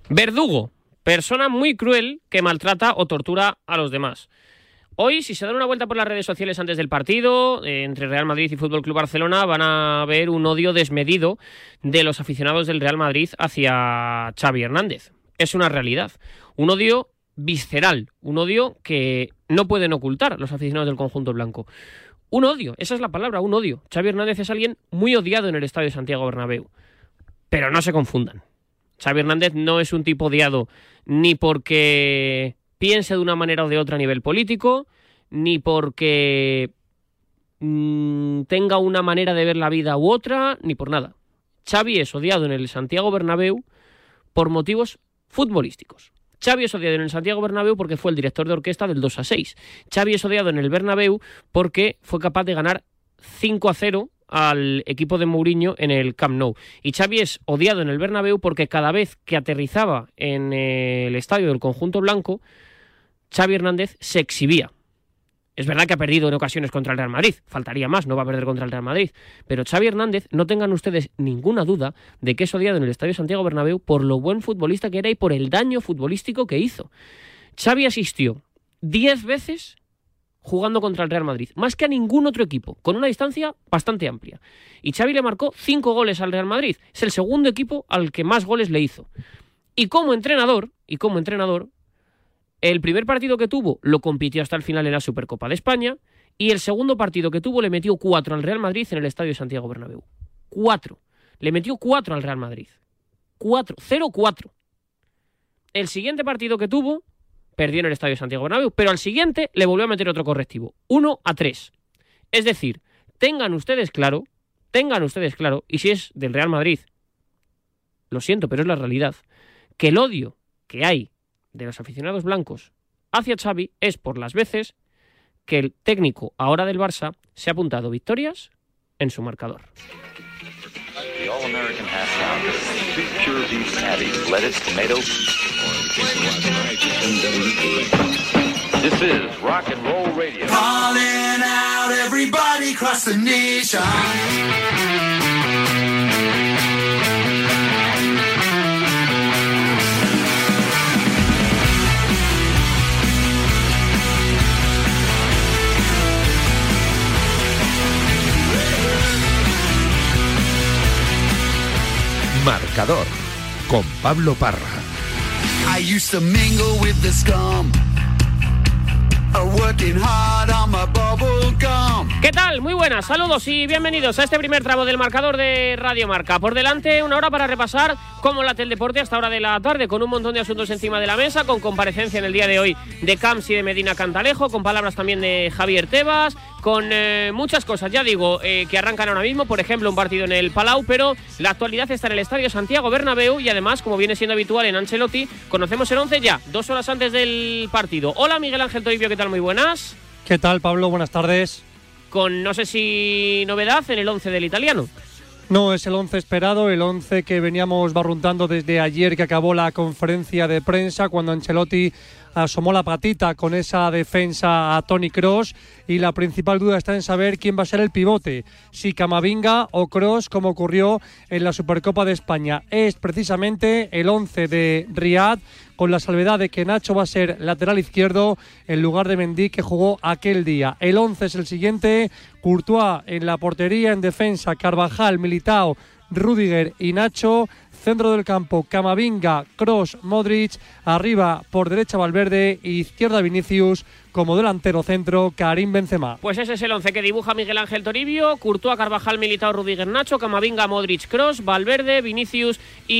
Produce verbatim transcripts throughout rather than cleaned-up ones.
Verdugo, persona muy cruel que maltrata o tortura a los demás. Hoy, si se dan una vuelta por las redes sociales antes del partido, eh, entre Real Madrid y Fútbol Club Barcelona, van a ver un odio desmedido de los aficionados del Real Madrid hacia Xavi Hernández. Es una realidad. Un odio visceral, un odio que no pueden ocultar los aficionados del conjunto blanco. Un odio, esa es la palabra, un odio. Xavi Hernández es alguien muy odiado en el estadio de Santiago Bernabéu. Pero no se confundan. Xavi Hernández no es un tipo odiado ni porque piense de una manera o de otra a nivel político, ni porque mmm, tenga una manera de ver la vida u otra, ni por nada. Xavi es odiado en el Santiago Bernabéu por motivos futbolísticos. Xavi es odiado en el Santiago Bernabéu porque fue el director de orquesta del dos a seis. Xavi es odiado en el Bernabéu porque fue capaz de ganar cinco a cero al equipo de Mourinho en el Camp Nou. Y Xavi es odiado en el Bernabéu porque cada vez que aterrizaba en el estadio del conjunto blanco, Xavi Hernández se exhibía. Es verdad que ha perdido en ocasiones contra el Real Madrid, faltaría más, no va a perder contra el Real Madrid, pero Xavi Hernández, no tengan ustedes ninguna duda de que es odiado en el estadio Santiago Bernabéu por lo buen futbolista que era y por el daño futbolístico que hizo. Xavi asistió diez veces jugando contra el Real Madrid, más que a ningún otro equipo, con una distancia bastante amplia. Y Xavi le marcó cinco goles al Real Madrid, es el segundo equipo al que más goles le hizo. Y como entrenador, y como entrenador, el primer partido que tuvo lo compitió hasta el final en la Supercopa de España y el segundo partido que tuvo le metió cuatro al Real Madrid en el estadio de Santiago Bernabéu. Cuatro. Le metió cuatro al Real Madrid. Cuatro. Cero cuatro. El siguiente partido que tuvo perdió en el estadio de Santiago Bernabéu, pero al siguiente le volvió a meter otro correctivo. Uno a tres. Es decir, tengan ustedes claro, tengan ustedes claro, y si es del Real Madrid, lo siento, pero es la realidad, que el odio que hay de los aficionados blancos hacia Xavi es por las veces que el técnico ahora del Barça se ha apuntado victorias en su marcador. The All-American half pounder, two pure beef patties, lettuce, tomato. This is Rock and Roll Radio. Calling out everybody across the nation. Marcador con Pablo Parra. I used to mingle with the scum. Working hard on my bubble gum. ¿Qué tal? Muy buenas, saludos y bienvenidos a este primer tramo del marcador de Radio Marca. Por delante una hora para repasar cómo late el deporte hasta hora de la tarde, con un montón de asuntos encima de la mesa, con comparecencia en el día de hoy de Camps y de Medina Cantalejo, con palabras también de Javier Tebas, con eh, muchas cosas, ya digo, eh, que arrancan ahora mismo, por ejemplo, un partido en el Palau, pero la actualidad está en el estadio Santiago Bernabéu y además, como viene siendo habitual en Ancelotti, conocemos el once ya, dos horas antes del partido. Hola, Miguel Ángel Toribio, ¿qué tal? Muy buenas. ¿Qué tal, Pablo? Buenas tardes. Con, no sé si novedad, en el once del italiano. No, es el once esperado, el once que veníamos barruntando desde ayer que acabó la conferencia de prensa, cuando Ancelotti asomó la patita con esa defensa a Toni Kroos, y la principal duda está en saber quién va a ser el pivote, si Camavinga o Kroos, como ocurrió en la Supercopa de España. Es precisamente el once de Riyad, con la salvedad de que Nacho va a ser lateral izquierdo en lugar de Mendy, que jugó aquel día. El once es el siguiente: Courtois en la portería, en defensa Carvajal, Militao, Rüdiger y Nacho. Centro del campo, Camavinga, Kroos, Modric. Arriba, por derecha, Valverde. Y izquierda, Vinicius. Como delantero centro, Karim Benzema. Pues ese es el once que dibuja Miguel Ángel Toribio: Courtois, Carvajal, Militao, Rüdiger, Nacho, Camavinga, Modric, Kroos, Valverde, Vinicius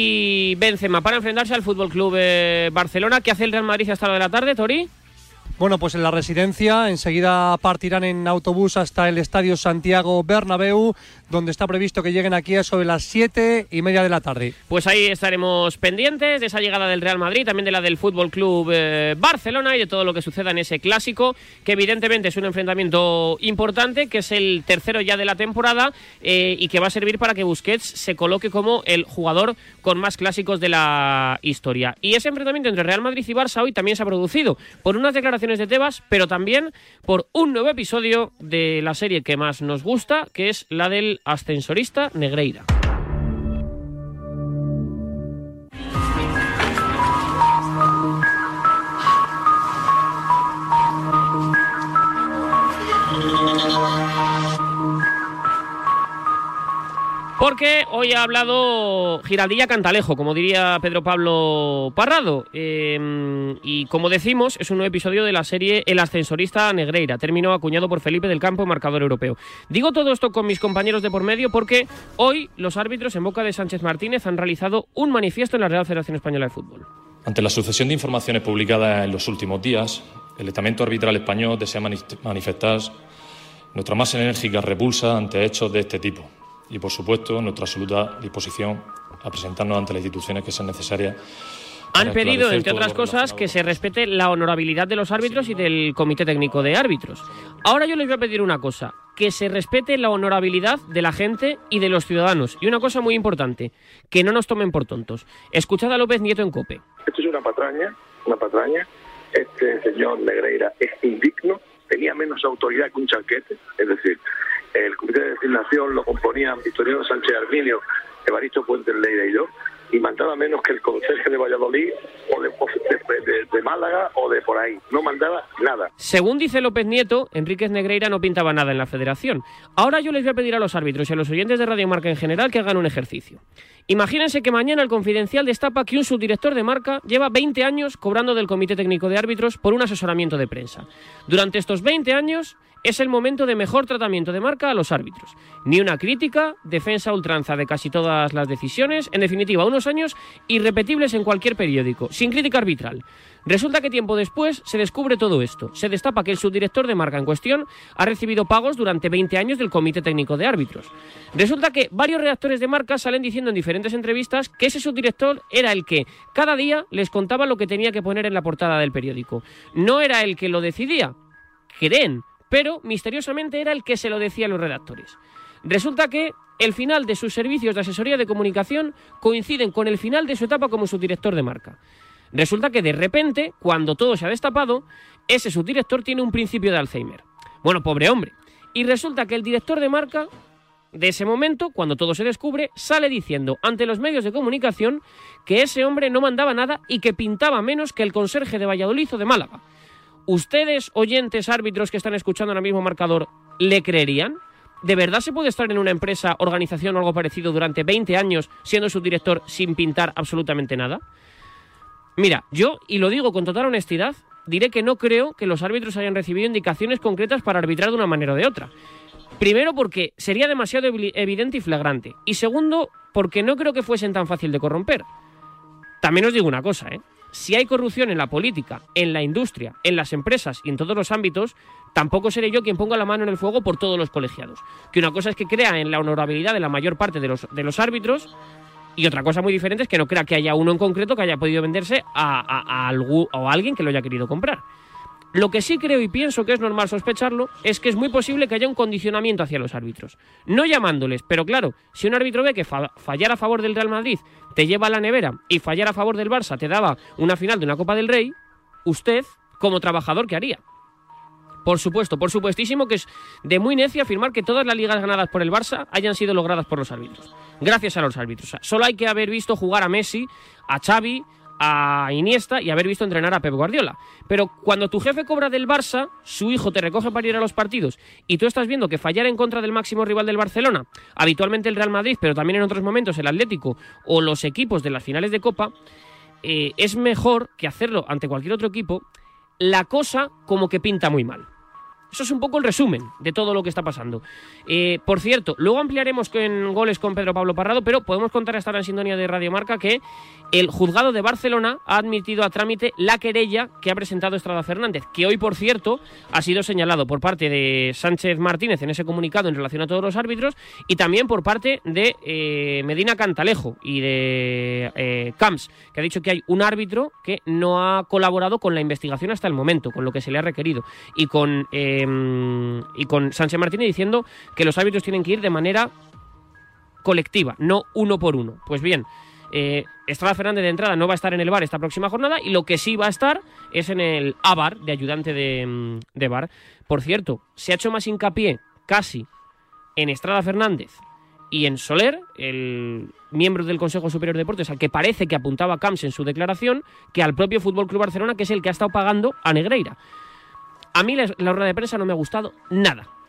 y Benzema, para enfrentarse al Fútbol Club eh, Barcelona. ¿Qué hace el Real Madrid hasta la de la tarde, Tori? Bueno, pues en la residencia, enseguida partirán en autobús hasta el estadio Santiago Bernabéu, donde está previsto que lleguen aquí a sobre las siete y media de la tarde. Pues ahí estaremos pendientes de esa llegada del Real Madrid, también de la del Fútbol Club eh, Barcelona y de todo lo que suceda en ese clásico, que evidentemente es un enfrentamiento importante, que es el tercero ya de la temporada eh, y que va a servir para que Busquets se coloque como el jugador con más clásicos de la historia. Y ese enfrentamiento entre Real Madrid y Barça hoy también se ha producido por unas declaraciones de Tebas, pero también por un nuevo episodio de la serie que más nos gusta, que es la del ascensorista Negreira. Porque hoy ha hablado Giraldilla Cantalejo, como diría Pedro Pablo Parrado. Eh, y como decimos, es un nuevo episodio de la serie El ascensorista Negreira, término acuñado por Felipe del Campo, marcador europeo. Digo todo esto con mis compañeros de por medio porque hoy los árbitros, en boca de Sánchez Martínez, han realizado un manifiesto en la Real Federación Española de Fútbol. Ante la sucesión de informaciones publicadas en los últimos días, el estamento arbitral español desea manifestar nuestra más enérgica repulsa ante hechos de este tipo. Y, por supuesto, nuestra absoluta disposición a presentarnos ante las instituciones que sean necesarias. Han pedido, entre otras cosas, que se respete la honorabilidad de los árbitros y del Comité Técnico de Árbitros. Ahora yo les voy a pedir una cosa, que se respete la honorabilidad de la gente y de los ciudadanos. Y una cosa muy importante, que no nos tomen por tontos. Escuchad a López Nieto en COPE. Esto es una patraña, una patraña. Este señor Negreira es indigno, tenía menos autoridad que un chanquete, es decir, el comité de designación lo componían Victoriano Sánchez Arminio, Evaristo Puentes Leira y yo, y mandaba menos que el conserje de Valladolid o de, de, de, de Málaga o de por ahí. No mandaba nada. Según dice López Nieto, Enríquez Negreira no pintaba nada en la federación. Ahora yo les voy a pedir a los árbitros y a los oyentes de Radio Marca en general que hagan un ejercicio. Imagínense que mañana el Confidencial destapa que un subdirector de Marca lleva veinte años cobrando del Comité Técnico de Árbitros por un asesoramiento de prensa. Durante estos veinte años es el momento de mejor tratamiento de Marca a los árbitros. Ni una crítica, defensa a ultranza de casi todas las decisiones, en definitiva, unos años irrepetibles en cualquier periódico, sin crítica arbitral. Resulta que tiempo después se descubre todo esto. Se destapa que el subdirector de Marca en cuestión ha recibido pagos durante veinte años del Comité Técnico de Árbitros. Resulta que varios redactores de Marca salen diciendo en diferentes entrevistas que ese subdirector era el que cada día les contaba lo que tenía que poner en la portada del periódico. No era el que lo decidía, creen, pero misteriosamente era el que se lo decía a los redactores. Resulta que el final de sus servicios de asesoría de comunicación coinciden con el final de su etapa como subdirector de Marca. Resulta que de repente, cuando todo se ha destapado, ese subdirector tiene un principio de Alzheimer. Bueno, pobre hombre. Y resulta que el director de Marca, de ese momento, cuando todo se descubre, sale diciendo ante los medios de comunicación que ese hombre no mandaba nada y que pintaba menos que el conserje de Valladolid o de Málaga. ¿Ustedes, oyentes, árbitros que están escuchando ahora mismo Marcador, le creerían? ¿De verdad se puede estar en una empresa, organización o algo parecido durante veinte años siendo subdirector sin pintar absolutamente nada? Mira, yo, y lo digo con total honestidad, diré que no creo que los árbitros hayan recibido indicaciones concretas para arbitrar de una manera o de otra. Primero, porque sería demasiado evidente y flagrante. Y segundo, porque no creo que fuesen tan fácil de corromper. También os digo una cosa, ¿eh? Si hay corrupción en la política, en la industria, en las empresas y en todos los ámbitos, tampoco seré yo quien ponga la mano en el fuego por todos los colegiados. Que una cosa es que crea en la honorabilidad de la mayor parte de los, de los árbitros y otra cosa muy diferente es que no crea que haya uno en concreto que haya podido venderse a, a, a, algún, a alguien que lo haya querido comprar. Lo que sí creo y pienso que es normal sospecharlo es que es muy posible que haya un condicionamiento hacia los árbitros. No llamándoles, pero claro, si un árbitro ve que fa- fallar a favor del Real Madrid te lleva a la nevera y fallar a favor del Barça te daba una final de una Copa del Rey, usted, como trabajador, ¿qué haría? Por supuesto, por supuestísimo que es de muy necio afirmar que todas las ligas ganadas por el Barça hayan sido logradas por los árbitros. Gracias a los árbitros. O sea, solo hay que haber visto jugar a Messi, a Xavi, a Iniesta y haber visto entrenar a Pep Guardiola. Pero cuando tu jefe cobra del Barça, su hijo te recoge para ir a los partidos y tú estás viendo que fallar en contra del máximo rival del Barcelona, habitualmente el Real Madrid, pero también en otros momentos el Atlético o los equipos de las finales de Copa, eh, es mejor que hacerlo ante cualquier otro equipo, la cosa como que pinta muy mal. Eso es un poco el resumen de todo lo que está pasando. Eh, por cierto, luego ampliaremos con goles con Pedro Pablo Parrado, pero podemos contar hasta ahora en sintonía de Radio Marca que el juzgado de Barcelona ha admitido a trámite la querella que ha presentado Estrada Fernández, que hoy, por cierto, ha sido señalado por parte de Sánchez Martínez en ese comunicado en relación a todos los árbitros y también por parte de eh, Medina Cantalejo y de eh, Camps, que ha dicho que hay un árbitro que no ha colaborado con la investigación hasta el momento, con lo que se le ha requerido, y con... Eh, y con Sánchez Martínez diciendo que los árbitros tienen que ir de manera colectiva, no uno por uno. Pues bien, eh, Estrada Fernández de entrada no va a estar en el V A R esta próxima jornada y lo que sí va a estar es en el A V A R, de ayudante de, de V A R. Por cierto, se ha hecho más hincapié casi en Estrada Fernández y en Soler, el miembro del Consejo Superior de Deportes, al que parece que apuntaba Camps en su declaración, que al propio F C Barcelona, que es el que ha estado pagando a Negreira. A mí la, la rueda de prensa no me ha gustado nada,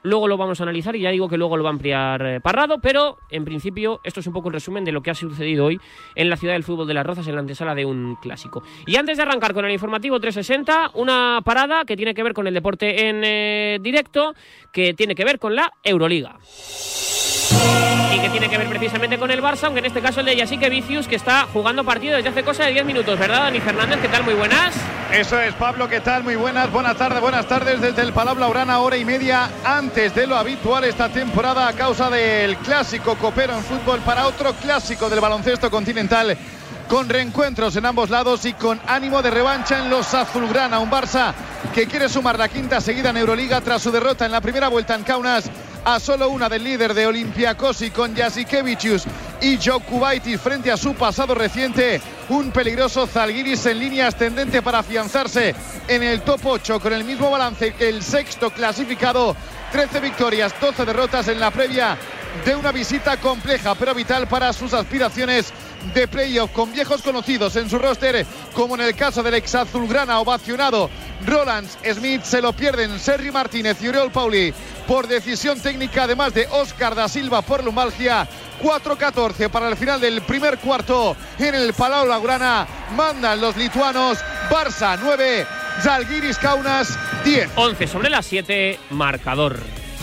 luego lo vamos a analizar y ya digo que luego lo va a ampliar eh, Parrado, pero en principio esto es un poco el resumen de lo que ha sucedido hoy en la ciudad del fútbol de Las Rozas en la antesala de un clásico. Y antes de arrancar con el informativo trescientos sesenta, una parada que tiene que ver con el deporte en eh, directo, que tiene que ver con la Euroliga. Y que tiene que ver precisamente con el Barça, aunque en este caso el de Jasike Vicius, que está jugando partido desde hace cosa de diez minutos, ¿verdad, Dani Fernández? ¿Qué tal? Muy buenas. Eso es, Pablo, ¿qué tal? Muy buenas, buenas tardes, buenas tardes desde el Palau Blaugrana, hora y media antes de lo habitual esta temporada a causa del clásico copero en fútbol para otro clásico del baloncesto continental, con reencuentros en ambos lados y con ánimo de revancha en los azulgrana. Un Barça que quiere sumar la quinta seguida en Euroliga tras su derrota en la primera vuelta en Kaunas a solo una del líder de Olympiacos, y con Jasikevicius y Jokubaitis frente a su pasado reciente. Un peligroso Zalgiris en línea ascendente para afianzarse en el top ocho con el mismo balance que el sexto clasificado. trece victorias, doce derrotas en la previa de una visita compleja pero vital para sus aspiraciones de playoff, con viejos conocidos en su roster, como en el caso del ex azulgrana ovacionado Roland Smith. Se lo pierden Sergi Martínez y Oriol Pauli por decisión técnica, además de Óscar da Silva por lumbalgia. Cuatro catorce para el final del primer cuarto en el Palau Blaugrana. Mandan los lituanos. Barça nueve, Zalgiris Kaunas diez. once sobre las siete, marcador.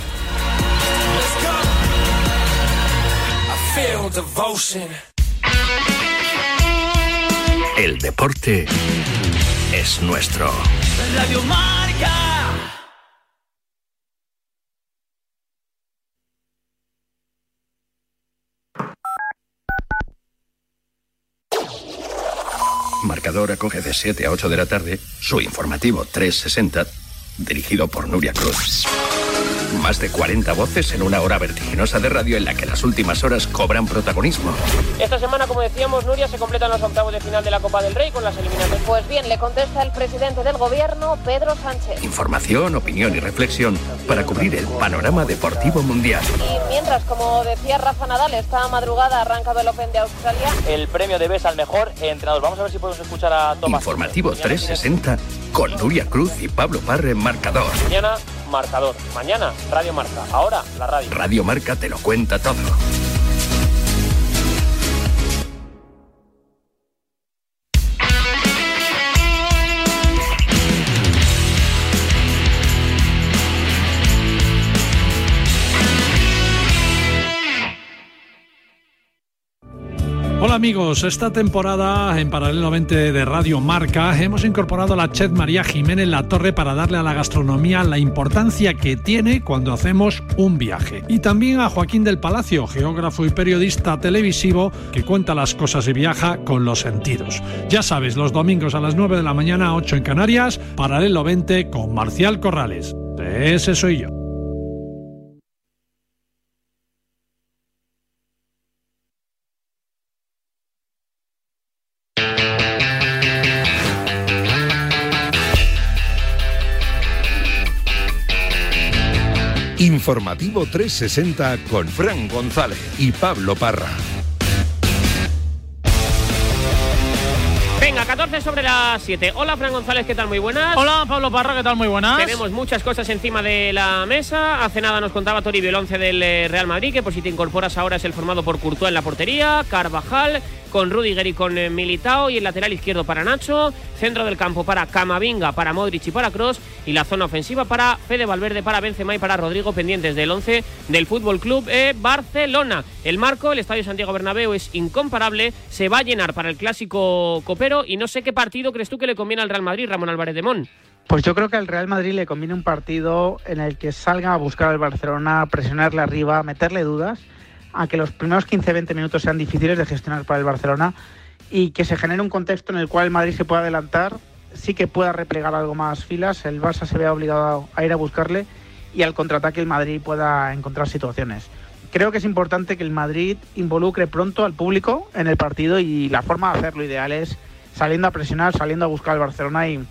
El deporte es nuestro. Radio Marca. Marcador acoge de siete a ocho de la tarde su informativo trescientos sesenta, dirigido por Nuria Cruz. Más de cuarenta voces en una hora vertiginosa de radio en la que las últimas horas cobran protagonismo. Esta semana, como decíamos, Nuria, se completan los octavos de final de la Copa del Rey con las eliminatorias. Pues bien, le contesta el presidente del gobierno, Pedro Sánchez. Información, opinión y reflexión para cubrir el panorama deportivo mundial. Y mientras, como decía Rafa Nadal, esta madrugada ha arrancado el Open de Australia. El premio de B E S al mejor entrenador. Vamos a ver si podemos escuchar a Tomás. Informativo trescientos sesenta con Nuria Cruz y Pablo Parre en Marcador. Mañana, marcador. Mañana, Radio Marca. Ahora, la radio. Radio Marca te lo cuenta todo. Hola amigos, esta temporada en Paralelo veinte de Radio Marca hemos incorporado a la chef María Jiménez La Torre para darle a la gastronomía la importancia que tiene cuando hacemos un viaje. Y también a Joaquín del Palacio, geógrafo y periodista televisivo que cuenta las cosas y viaja con los sentidos. Ya sabes, los domingos a las nueve de la mañana, ocho en Canarias, Paralelo veinte con Marcial Corrales. Ese soy yo. Informativo trescientos sesenta con Fran González y Pablo Parra. Venga, catorce sobre las siete. Hola, Fran González, ¿qué tal? Muy buenas. Hola, Pablo Parra, ¿qué tal? Muy buenas. Tenemos muchas cosas encima de la mesa. Hace nada nos contaba Toribio el once del Real Madrid, que por si te incorporas ahora es el formado por Courtois en la portería, Carvajal con Rüdiger y con Militao, y el lateral izquierdo para Nacho, centro del campo para Camavinga, para Modric y para Kroos, y la zona ofensiva para Fede Valverde, para Benzema y para Rodrigo, pendientes del once del Fútbol Club eh, Barcelona. El marco, el Estadio Santiago Bernabéu, es incomparable, se va a llenar para el clásico copero, y no sé qué partido crees tú que le conviene al Real Madrid, Ramón Álvarez de Mon. Pues yo creo que al Real Madrid le conviene un partido en el que salga a buscar al Barcelona, presionarle arriba, meterle dudas, a que los primeros quince a veinte minutos sean difíciles de gestionar para el Barcelona y que se genere un contexto en el cual el Madrid se pueda adelantar, sí que pueda replegar algo más filas, el Barça se vea obligado a ir a buscarle y al contraataque el Madrid pueda encontrar situaciones. Creo que es importante que el Madrid involucre pronto al público en el partido, y la forma de hacerlo ideal es saliendo a presionar, saliendo a buscar al Barcelona y,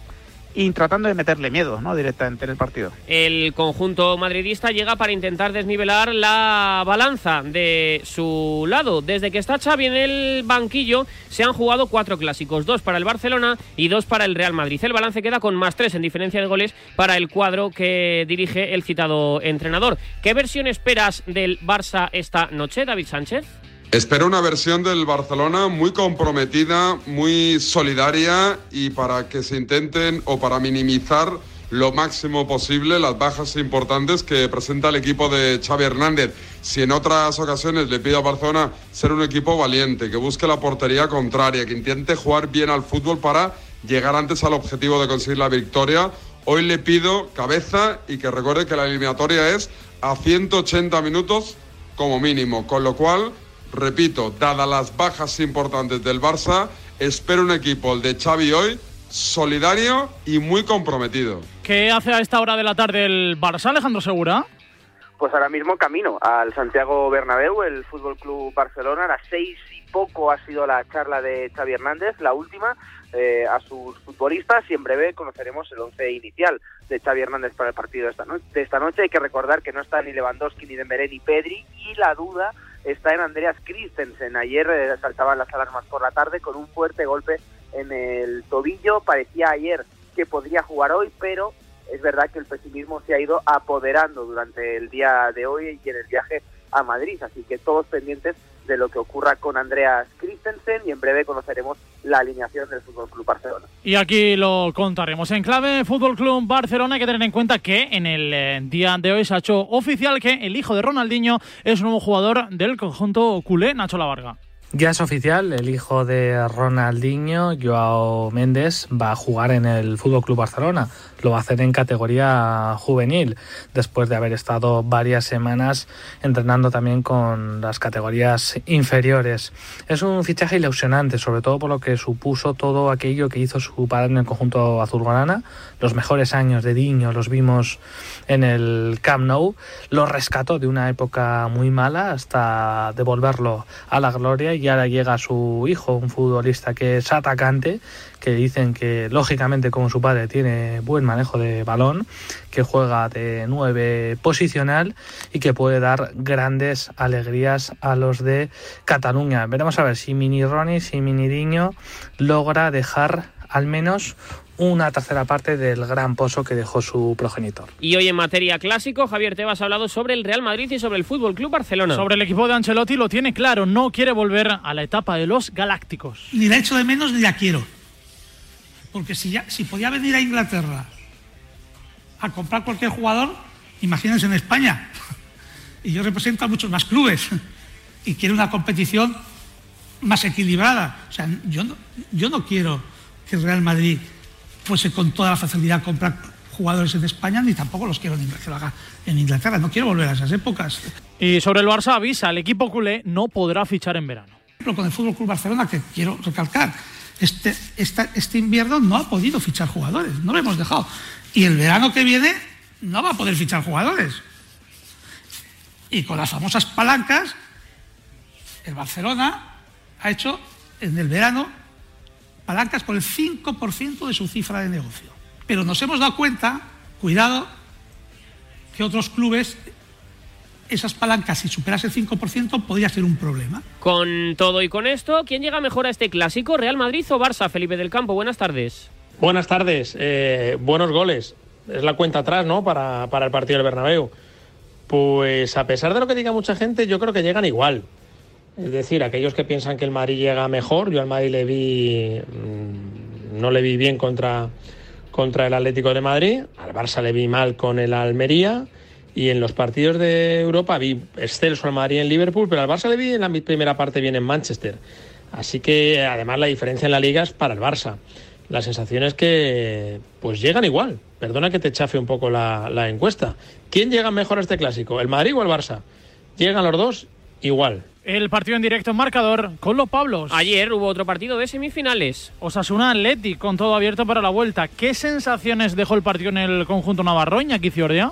y tratando de meterle miedo, ¿no?, directamente en el partido. El conjunto madridista llega para intentar desnivelar la balanza de su lado. Desde que está Xavi en el banquillo se han jugado cuatro clásicos, dos para el Barcelona y dos para el Real Madrid. El balance queda con más tres en diferencia de goles para el cuadro que dirige el citado entrenador. ¿Qué versión esperas del Barça esta noche, David Sánchez? Espero una versión del Barcelona muy comprometida, muy solidaria y para que se intenten o para minimizar lo máximo posible las bajas importantes que presenta el equipo de Xavi Hernández. Si en otras ocasiones le pido a Barcelona ser un equipo valiente, que busque la portería contraria, que intente jugar bien al fútbol para llegar antes al objetivo de conseguir la victoria, hoy le pido cabeza y que recuerde que la eliminatoria es a ciento ochenta minutos como mínimo, con lo cual, repito, dadas las bajas importantes del Barça, espero un equipo, el de Xavi hoy, solidario y muy comprometido. ¿Qué hace a esta hora de la tarde el Barça, Alejandro Segura? Pues ahora mismo camino al Santiago Bernabéu, el Fútbol Club Barcelona. A las seis y poco ha sido la charla de Xavi Hernández, la última, eh, a sus futbolistas, y en breve conoceremos el once inicial de Xavi Hernández para el partido de esta, no- de esta noche. Hay que recordar que no está ni Lewandowski, ni Dembélé, ni Pedri, y la duda está en Andreas Christensen. Ayer eh, saltaban las alarmas por la tarde con un fuerte golpe en el tobillo. Parecía ayer que podría jugar hoy, pero es verdad que el pesimismo se ha ido apoderando durante el día de hoy y en el viaje a Madrid, así que todos pendientes de lo que ocurra con Andreas Christensen, y en breve conoceremos la alineación del F C Barcelona. Y aquí lo contaremos. En clave Fútbol Club Barcelona, hay que tener en cuenta que en el eh, día de hoy se ha hecho oficial que el hijo de Ronaldinho es un nuevo jugador del conjunto culé, Nacho Lavarga. Ya es oficial, el hijo de Ronaldinho, Joao Méndez, va a jugar en el F C Barcelona. Lo va a hacer en categoría juvenil, después de haber estado varias semanas entrenando también con las categorías inferiores. Es un fichaje ilusionante, sobre todo por lo que supuso todo aquello que hizo su padre en el conjunto azulgrana. Los mejores años de Diño los vimos en el Camp Nou. Lo rescató de una época muy mala hasta devolverlo a la gloria, y ahora llega su hijo, un futbolista que es atacante, que dicen que lógicamente como su padre tiene buen manejo de balón, que juega de nueve posicional y que puede dar grandes alegrías a los de Cataluña. Veremos a ver si Mini Ronnie, si Mini Diño logra dejar al menos una tercera parte del gran pozo que dejó su progenitor. Y hoy en materia clásico, Javier Tebas ha hablado sobre el Real Madrid y sobre el Fútbol Club Barcelona. Sobre el equipo de Ancelotti lo tiene claro, no quiere volver a la etapa de los galácticos. Ni la echo de menos ni la quiero. Porque si, ya, si podía venir a Inglaterra a comprar cualquier jugador, imagínense en España. Y yo represento a muchos más clubes. Y quiero una competición más equilibrada. O sea, yo no, yo no quiero que el Real Madrid fuese con toda la facilidad a comprar jugadores en España, ni tampoco los quiero que lo haga en Inglaterra. No quiero volver a esas épocas. Y sobre el Barça avisa, el equipo culé no podrá fichar en verano. Pero con el F C Barcelona, que quiero recalcar, este, esta, este invierno no ha podido fichar jugadores, no lo hemos dejado. Y el verano que viene no va a poder fichar jugadores. Y con las famosas palancas, el Barcelona ha hecho en el verano palancas por el cinco por ciento de su cifra de negocio. Pero nos hemos dado cuenta, cuidado, que otros clubes, esas palancas, si superase el cinco por ciento, podría ser un problema. Con todo y con esto, ¿quién llega mejor a este clásico? ¿Real Madrid o Barça? Felipe del Campo, buenas tardes. Buenas tardes, eh, buenos goles. Es la cuenta atrás, ¿no?, para, para el partido del Bernabéu. Pues a pesar de lo que diga mucha gente, yo creo que llegan igual. Es decir, aquellos que piensan que el Madrid llega mejor, yo al Madrid le vi, no le vi bien contra, contra el Atlético de Madrid, al Barça le vi mal con el Almería, y en los partidos de Europa vi excelso al Madrid en Liverpool, pero al Barça le vi en la primera parte bien en Manchester. Así que además la diferencia en la Liga es para el Barça. La sensación es que pues llegan igual. Perdona que te chafe un poco la, la encuesta. ¿Quién llega mejor a este clásico, el Madrid o el Barça? Llegan los dos igual. El partido en directo en marcador con los Pablos. Ayer hubo otro partido de semifinales. Osasuna Athletic con todo abierto para la vuelta. ¿Qué sensaciones dejó el partido en el conjunto navarro, Iñaki Ciordia?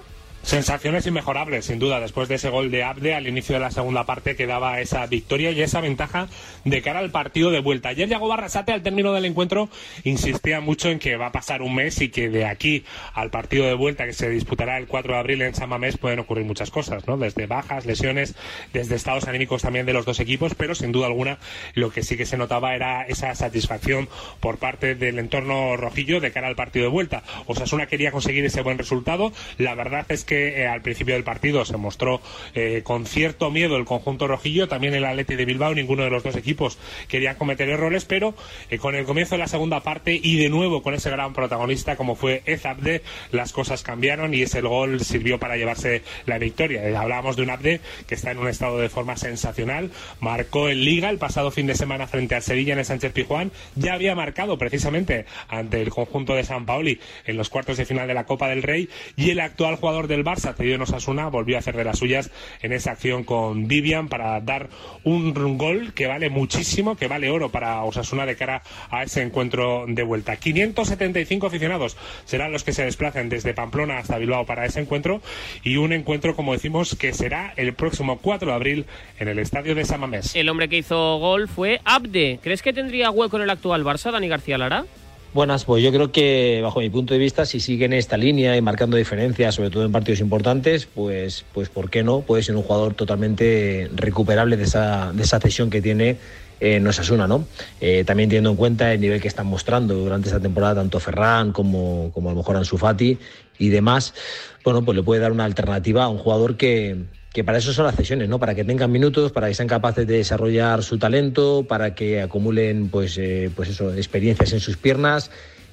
Sensaciones inmejorables, sin duda, después de ese gol de Abde al inicio de la segunda parte que daba esa victoria y esa ventaja de cara al partido de vuelta. Ayer Yago Barrasate, al término del encuentro, insistía mucho en que va a pasar un mes y que de aquí al partido de vuelta que se disputará el cuatro de abril en San Mamés pueden ocurrir muchas cosas, ¿no? Desde bajas, lesiones, desde estados anímicos también de los dos equipos, pero sin duda alguna lo que sí que se notaba era esa satisfacción por parte del entorno rojillo de cara al partido de vuelta. Osasuna quería conseguir ese buen resultado. La verdad es que eh, al principio del partido se mostró eh, con cierto miedo el conjunto rojillo, también el Athletic de Bilbao, ninguno de los dos equipos quería cometer errores, pero eh, con el comienzo de la segunda parte y de nuevo con ese gran protagonista como fue Ez Abde, las cosas cambiaron y ese gol sirvió para llevarse la victoria. Eh, hablábamos de un Abde que está en un estado de forma sensacional, marcó en Liga el pasado fin de semana frente al Sevilla en el Sánchez Pizjuán, ya había marcado precisamente ante el conjunto de San Paoli en los cuartos de final de la Copa del Rey, y el actual jugador del Barça, cedido en Osasuna, volvió a hacer de las suyas en esa acción con Vivian para dar un, un gol que vale muchísimo, que vale oro para Osasuna de cara a ese encuentro de vuelta. quinientos setenta y cinco aficionados serán los que se desplacen desde Pamplona hasta Bilbao para ese encuentro, y un encuentro, como decimos, que será el próximo cuatro de abril en el estadio de San Mamés. El hombre que hizo gol fue Abde. ¿Crees que tendría hueco en el actual Barça, Dani García Lara? Buenas, pues yo creo que bajo mi punto de vista, si siguen esta línea y marcando diferencias, sobre todo en partidos importantes, pues, pues ¿por qué no? Puede ser un jugador totalmente recuperable de esa, de esa cesión que tiene en Osasuna, ¿no? Eh, también teniendo en cuenta el nivel que están mostrando durante esta temporada tanto Ferran como, como a lo mejor Ansu Fati y demás, bueno, pues le puede dar una alternativa a un jugador que... que para eso son las cesiones, ¿no? Para que tengan minutos, para que sean capaces de desarrollar su talento, para que acumulen pues, eh, pues eso, experiencias en sus piernas,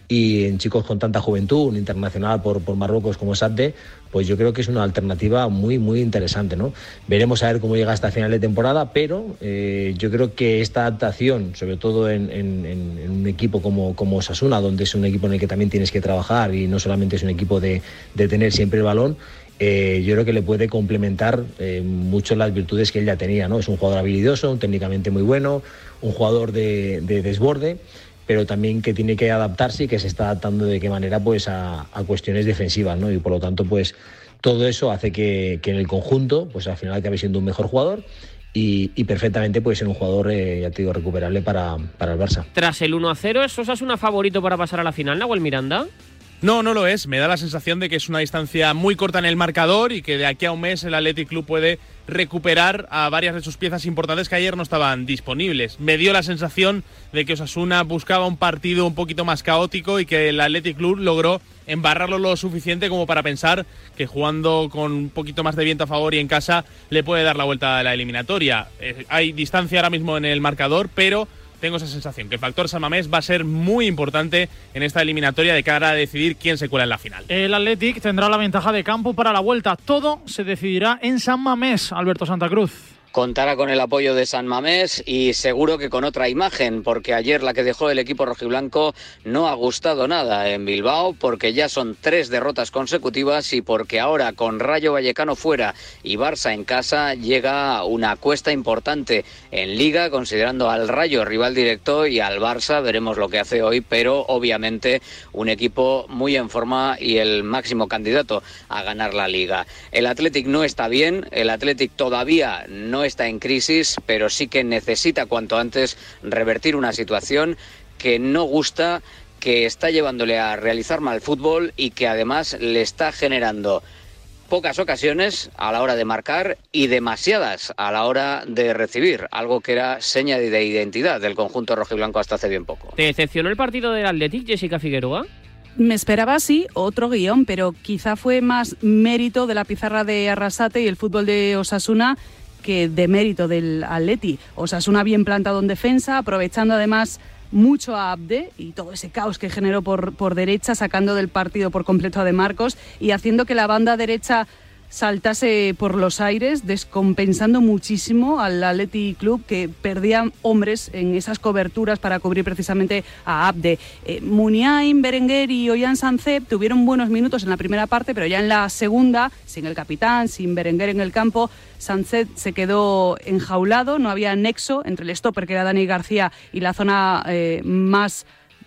y en chicos con tanta juventud, un internacional por, por Marruecos como Abde, pues yo creo que es una alternativa muy muy interesante, ¿no? Veremos a ver cómo llega hasta final de temporada, pero eh, yo creo que esta adaptación, sobre todo en, en, en un equipo como, como Osasuna, donde es un equipo en el que también tienes que trabajar y no solamente es un equipo de, de tener siempre el balón, Eh, yo creo que le puede complementar eh, mucho las virtudes que él ya tenía, ¿no? Es un jugador habilidoso, un técnicamente muy bueno, un jugador de, de desborde, pero también que tiene que adaptarse y que se está adaptando de qué manera pues a, a cuestiones defensivas, ¿no? Y por lo tanto pues todo eso hace que, que en el conjunto pues al final acabe siendo un mejor jugador y, y perfectamente puede ser un jugador eh, ya te digo recuperable para, para el Barça. Tras el uno a cero, ¿es Osasuna favorito para pasar a la final, Nahuel Miranda? No, no lo es. Me da la sensación de que es una distancia muy corta en el marcador y que de aquí a un mes el Athletic Club puede recuperar a varias de sus piezas importantes que ayer no estaban disponibles. Me dio la sensación de que Osasuna buscaba un partido un poquito más caótico y que el Athletic Club logró embarrarlo lo suficiente como para pensar que jugando con un poquito más de viento a favor y en casa le puede dar la vuelta a la eliminatoria. Eh, hay distancia ahora mismo en el marcador, pero tengo esa sensación que el factor San Mamés va a ser muy importante en esta eliminatoria de cara a decidir quién se cuela en la final. El Athletic tendrá la ventaja de campo para la vuelta. Todo se decidirá en San Mamés, Alberto Santa Cruz. Contará con el apoyo de San Mamés y seguro que con otra imagen, porque ayer la que dejó el equipo rojiblanco no ha gustado nada en Bilbao, porque ya son tres derrotas consecutivas y porque ahora con Rayo Vallecano fuera y Barça en casa llega una cuesta importante en Liga, considerando al Rayo rival directo y al Barça veremos lo que hace hoy, pero obviamente un equipo muy en forma y el máximo candidato a ganar la Liga. El Athletic no está bien, el Athletic todavía no está en crisis, pero sí que necesita cuanto antes revertir una situación que no gusta, que está llevándole a realizar mal fútbol y que además le está generando pocas ocasiones a la hora de marcar y demasiadas a la hora de recibir, algo que era seña de identidad del conjunto rojiblanco hasta hace bien poco. ¿Te decepcionó el partido del Athletic, Jessica Figueroa? Me esperaba, sí, otro guión, pero quizá fue más mérito de la pizarra de Arrasate y el fútbol de Osasuna que de mérito del Atleti. Osasuna bien plantado en defensa, aprovechando además mucho a Abde y todo ese caos que generó por, por derecha, sacando del partido por completo a De Marcos y haciendo que la banda derecha saltase por los aires, descompensando muchísimo al Athletic Club, que perdía hombres en esas coberturas para cubrir precisamente a Abde. Eh, Muniain, Berenguer y Ollán Sancet tuvieron buenos minutos en la primera parte, pero ya en la segunda, sin el capitán, sin Berenguer en el campo, Sancet se quedó enjaulado, no había nexo entre el stopper, que era Dani García, y la zona eh, más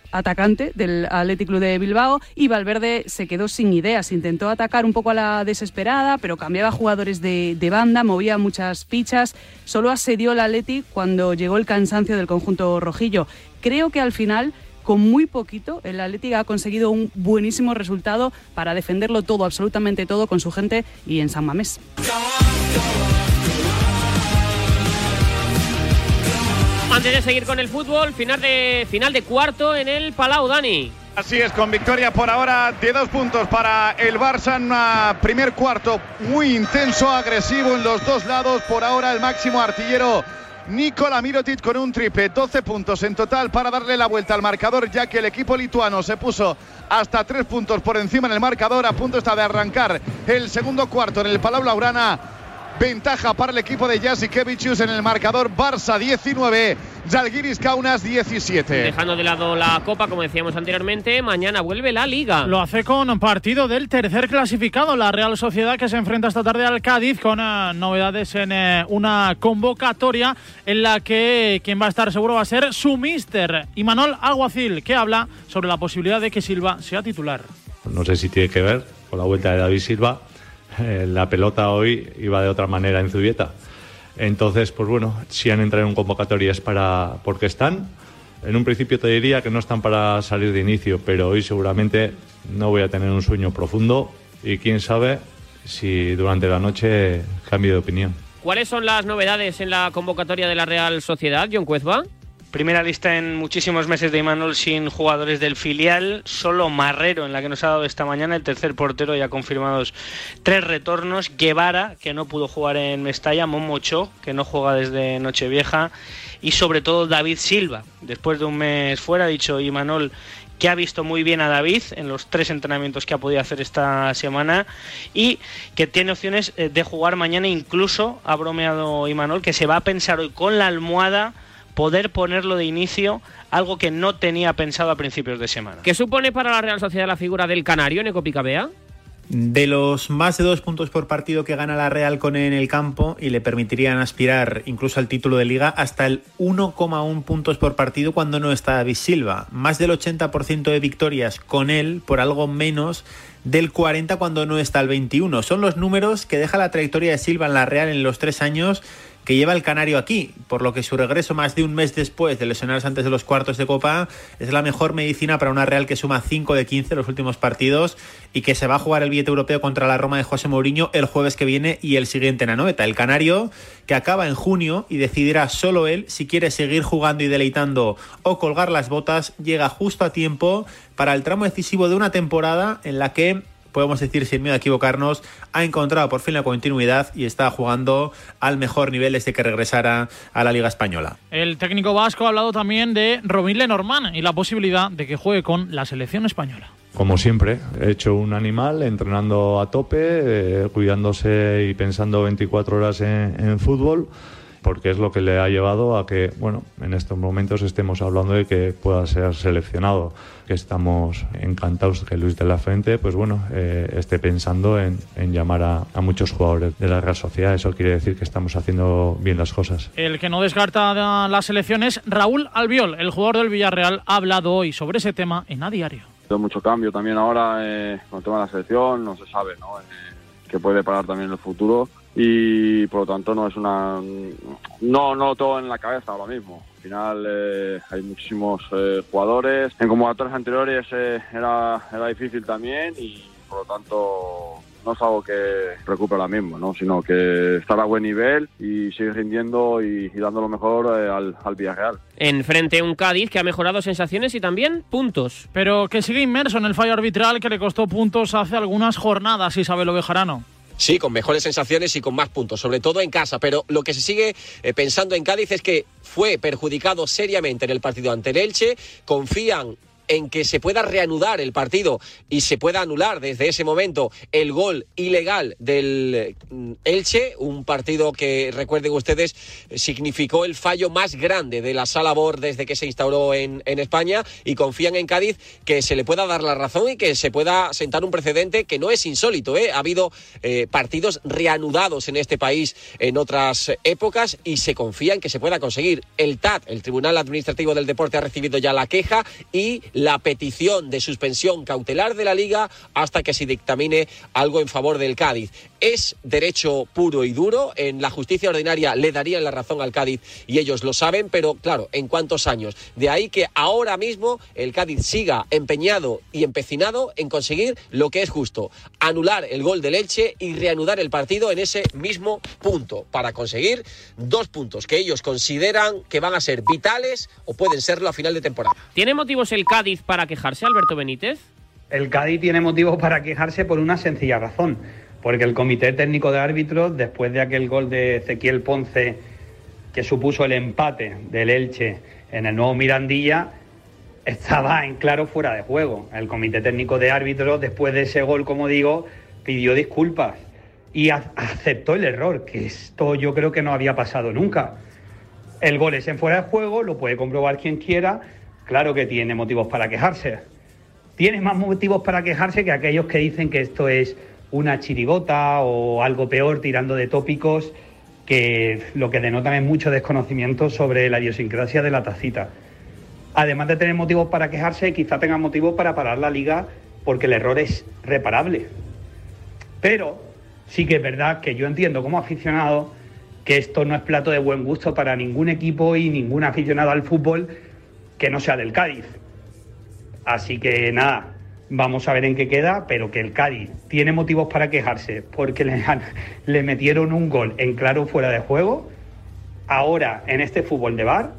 atacante del Athletic Club de Bilbao, y Valverde se quedó sin ideas. Intentó atacar un poco a la desesperada, pero cambiaba jugadores de, de banda, movía muchas fichas. Solo asedió el Athletic cuando llegó el cansancio del conjunto rojillo. Creo que al final, con muy poquito, el Athletic ha conseguido un buenísimo resultado para defenderlo todo, absolutamente todo, con su gente y en San Mamés. Antes de seguir con el fútbol, final de, final de cuarto en el Palau, Dani. Así es, con victoria por ahora de dos puntos para el Barça en un primer cuarto muy intenso, agresivo en los dos lados. Por ahora el máximo artillero Nikola Mirotic con un triple, doce puntos en total para darle la vuelta al marcador, ya que el equipo lituano se puso hasta tres puntos por encima en el marcador. A punto está de arrancar el segundo cuarto en el Palau Blaugrana. Ventaja para el equipo de Jasikevičius en el marcador. Barça diecinueve, Žalgiris Kaunas diecisiete. Dejando de lado la Copa, como decíamos anteriormente, mañana vuelve la Liga. Lo hace con partido del tercer clasificado, la Real Sociedad, que se enfrenta esta tarde al Cádiz, con uh, novedades en uh, una convocatoria en la que quien va a estar seguro va a ser su míster, Imanol Alguacil, que habla sobre la posibilidad de que Silva sea titular. No sé si tiene que ver con la vuelta de David Silva. La pelota hoy iba de otra manera en Zubieta. Entonces, pues bueno, si han entrado en convocatorias para porque están. En un principio te diría que no están para salir de inicio, pero hoy seguramente no voy a tener un sueño profundo y quién sabe si durante la noche cambio de opinión. ¿Cuáles son las novedades en la convocatoria de la Real Sociedad, Jon Cuezba? Primera lista en muchísimos meses de Imanol sin jugadores del filial, solo Marrero en la que nos ha dado esta mañana, el tercer portero, ya confirmados tres retornos, Guevara, que no pudo jugar en Mestalla, Momocho, que no juega desde Nochevieja, y sobre todo David Silva. Después de un mes fuera, ha dicho Imanol que ha visto muy bien a David en los tres entrenamientos que ha podido hacer esta semana y que tiene opciones de jugar mañana. Incluso ha bromeado Imanol que se va a pensar hoy con la almohada poder ponerlo de inicio, algo que no tenía pensado a principios de semana. ¿Qué supone para la Real Sociedad la figura del canario, Neco Picabea? De los más de dos puntos por partido que gana la Real con él en el campo y le permitirían aspirar incluso al título de Liga, hasta el uno coma uno puntos por partido cuando no está David Silva. Más del ochenta por ciento de victorias con él, por algo menos del cuarenta por ciento cuando no está el veintiuno. Son los números que deja la trayectoria de Silva en la Real en los tres años que lleva el canario aquí, por lo que su regreso más de un mes después de lesionarse antes de los cuartos de Copa es la mejor medicina para una Real que suma cinco de quince en los últimos partidos y que se va a jugar el billete europeo contra la Roma de José Mourinho el jueves que viene y el siguiente en Anoeta. El canario que acaba en junio y decidirá solo él si quiere seguir jugando y deleitando o colgar las botas, llega justo a tiempo para el tramo decisivo de una temporada en la que, podemos decir sin miedo a equivocarnos, ha encontrado por fin la continuidad y está jugando al mejor nivel desde que regresara a la Liga Española. El técnico vasco ha hablado también de Robin Lenormand y la posibilidad de que juegue con la selección española. Como siempre, he hecho un animal entrenando a tope, eh, cuidándose y pensando veinticuatro horas en, en fútbol, porque es lo que le ha llevado a que, bueno, en estos momentos estemos hablando de que pueda ser seleccionado. Que estamos encantados que Luis de la Fuente, pues bueno, eh, esté pensando en, en llamar a, a muchos jugadores de la Real Sociedad. Eso quiere decir que estamos haciendo bien las cosas. El que no descarta las selecciones es Raúl Albiol. El jugador del Villarreal ha hablado hoy sobre ese tema en A Diario. Hay mucho cambio también ahora eh, con el tema de la selección, no se sabe, ¿no? Eh, que puede parar también en el futuro. Y por lo tanto no es una no no todo en la cabeza ahora mismo. Al final eh, hay muchísimos eh, jugadores en convocatorias anteriores, eh, era era difícil también y por lo tanto no es algo que preocupe ahora mismo, ¿no? Sino que estar a buen nivel y seguir rindiendo y, y dando lo mejor eh, al, al Villarreal. Enfrente un Cádiz que ha mejorado sensaciones y también puntos. Pero que sigue inmerso en el fallo arbitral que le costó puntos hace algunas jornadas, Isabel Ovejarano. Sí, con mejores sensaciones y con más puntos, sobre todo en casa. Pero lo que se sigue eh, pensando en Cádiz es que fue perjudicado seriamente en el partido ante el Elche. Confían en que se pueda reanudar el partido y se pueda anular desde ese momento el gol ilegal del Elche, un partido que, recuerden ustedes, significó el fallo más grande de la Sala B O R desde que se instauró en, en España, y confían en Cádiz que se le pueda dar la razón y que se pueda sentar un precedente que no es insólito, ¿eh? Ha habido eh, partidos reanudados en este país en otras épocas y se confía en que se pueda conseguir. El T A D, el Tribunal Administrativo del Deporte, ha recibido ya la queja y la petición de suspensión cautelar de la Liga hasta que se dictamine algo en favor del Cádiz. Es derecho puro y duro, en la justicia ordinaria le darían la razón al Cádiz y ellos lo saben, pero claro, ¿en cuántos años? De ahí que ahora mismo el Cádiz siga empeñado y empecinado en conseguir lo que es justo, anular el gol del Elche y reanudar el partido en ese mismo punto, para conseguir dos puntos que ellos consideran que van a ser vitales o pueden serlo a final de temporada. ¿Tiene motivos el Cádiz para quejarse, Alberto Benítez? El Cádiz tiene motivos para quejarse por una sencilla razón, porque el Comité Técnico de Árbitros, después de aquel gol de Ezequiel Ponce que supuso el empate del Elche en el nuevo Mirandilla, estaba en claro fuera de juego. El Comité Técnico de Árbitros, después de ese gol, como digo, pidió disculpas y a- aceptó el error, que esto yo creo que no había pasado nunca. El gol es en fuera de juego, lo puede comprobar quien quiera, claro que tiene motivos para quejarse. Tiene más motivos para quejarse que aquellos que dicen que esto es una chirigota o algo peor, tirando de tópicos, que lo que denotan es mucho desconocimiento sobre la idiosincrasia de la tacita. Además de tener motivos para quejarse, quizá tengan motivos para parar la Liga porque el error es reparable. Pero sí que es verdad que yo entiendo como aficionado que esto no es plato de buen gusto para ningún equipo y ningún aficionado al fútbol que no sea del Cádiz. Así que nada, vamos a ver en qué queda, pero que el Cádiz tiene motivos para quejarse porque le, han- le metieron un gol en claro fuera de juego, ahora en este fútbol de bar,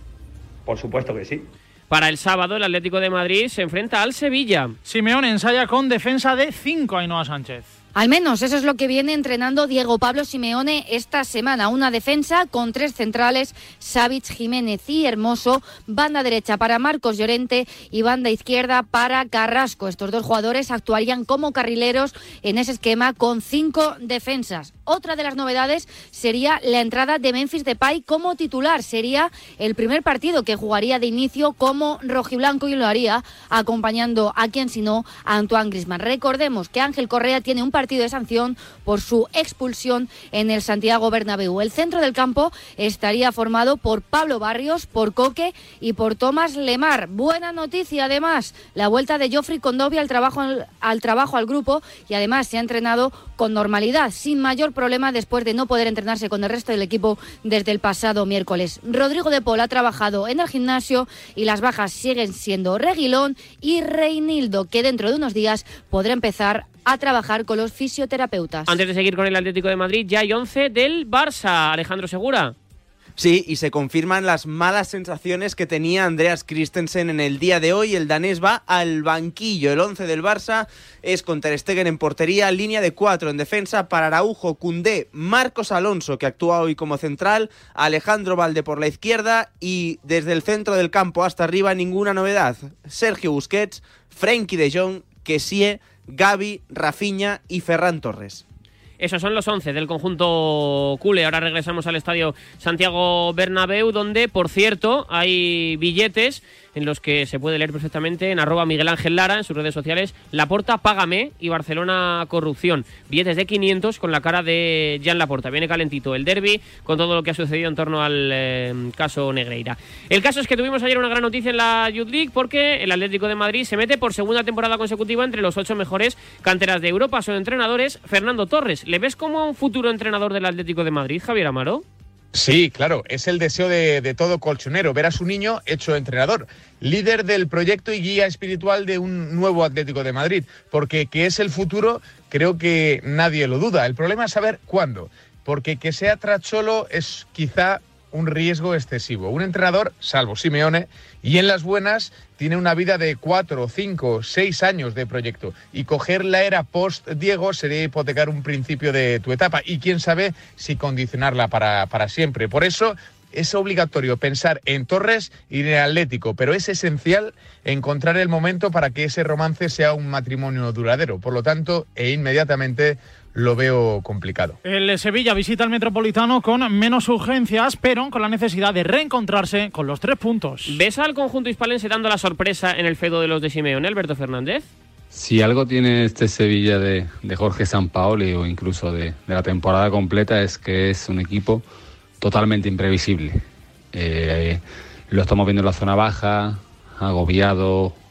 por supuesto que sí. Para el sábado, el Atlético de Madrid se enfrenta al Sevilla. Simeone ensaya con defensa de cinco, Ainhoa Sánchez. Al menos eso es lo que viene entrenando Diego Pablo Simeone esta semana. Una defensa con tres centrales, Savic, Jiménez y Hermoso. Banda derecha para Marcos Llorente y banda izquierda para Carrasco. Estos dos jugadores actuarían como carrileros en ese esquema con cinco defensas. Otra de las novedades sería la entrada de Memphis Depay como titular. Sería el primer partido que jugaría de inicio como rojiblanco y lo haría acompañando a quien sino a Antoine Griezmann. Recordemos que Ángel Correa tiene un partido de sanción por su expulsión en el Santiago Bernabéu. El centro del campo estaría formado por Pablo Barrios, por Coque y por Tomás Lemar. Buena noticia además, la vuelta de Geoffrey Kondogbia al trabajo al, al trabajo al grupo y además se ha entrenado con normalidad, sin mayor problema después de no poder entrenarse con el resto del equipo desde el pasado miércoles. Rodrigo de Paul ha trabajado en el gimnasio y las bajas siguen siendo Reguilón y Reinildo, que dentro de unos días podrá empezar a trabajar con los fisioterapeutas. Antes de seguir con el Atlético de Madrid, ya hay once del Barça. Alejandro Segura. Sí, y se confirman las malas sensaciones que tenía Andreas Christensen en el día de hoy. El danés va al banquillo. El once del Barça es con Ter Stegen en portería, línea de cuatro en defensa para Araujo, Koundé, Marcos Alonso, que actúa hoy como central, Alejandro Valde por la izquierda y desde el centro del campo hasta arriba ninguna novedad. Sergio Busquets, Frenkie de Jong, Kessie, Gavi, Rafinha y Ferran Torres. Esos son los once del conjunto culé. Ahora regresamos al estadio Santiago Bernabéu, donde, por cierto, hay billetes en los que se puede leer perfectamente en arroba Miguel Ángel Lara, en sus redes sociales, Laporta, Págame y Barcelona Corrupción. Billetes de quinientos con la cara de Jan Laporta. Viene calentito el derbi con todo lo que ha sucedido en torno al eh, caso Negreira. El caso es que tuvimos ayer una gran noticia en la Youth League porque el Atlético de Madrid se mete por segunda temporada consecutiva entre los ocho mejores canteras de Europa. Son entrenadores Fernando Torres. ¿Le ves como un futuro entrenador del Atlético de Madrid, Javier Amaro? Sí, claro, es el deseo de, de todo colchonero, ver a su niño hecho entrenador, líder del proyecto y guía espiritual de un nuevo Atlético de Madrid, porque que es el futuro creo que nadie lo duda. El problema es saber cuándo, porque que sea Tracholo es quizá un riesgo excesivo. Un entrenador, salvo Simeone, y en las buenas tiene una vida de cuatro, cinco, seis años de proyecto. Y coger la era post-Diego sería hipotecar un principio de tu etapa. Y quién sabe si condicionarla para, para siempre. Por eso es obligatorio pensar en Torres y en el Atlético, pero es esencial encontrar el momento para que ese romance sea un matrimonio duradero. Por lo tanto, e inmediatamente lo veo complicado. El Sevilla visita el Metropolitano con menos urgencias, pero con la necesidad de reencontrarse con los tres puntos. ¿Ves al conjunto hispalense dando la sorpresa en el feudo de los de Simeone, Alberto Fernández? Si algo tiene este Sevilla de, de Jorge Sampaoli o incluso de, de la temporada completa es que es un equipo totalmente imprevisible. Eh, lo estamos viendo en la zona baja, agobiado,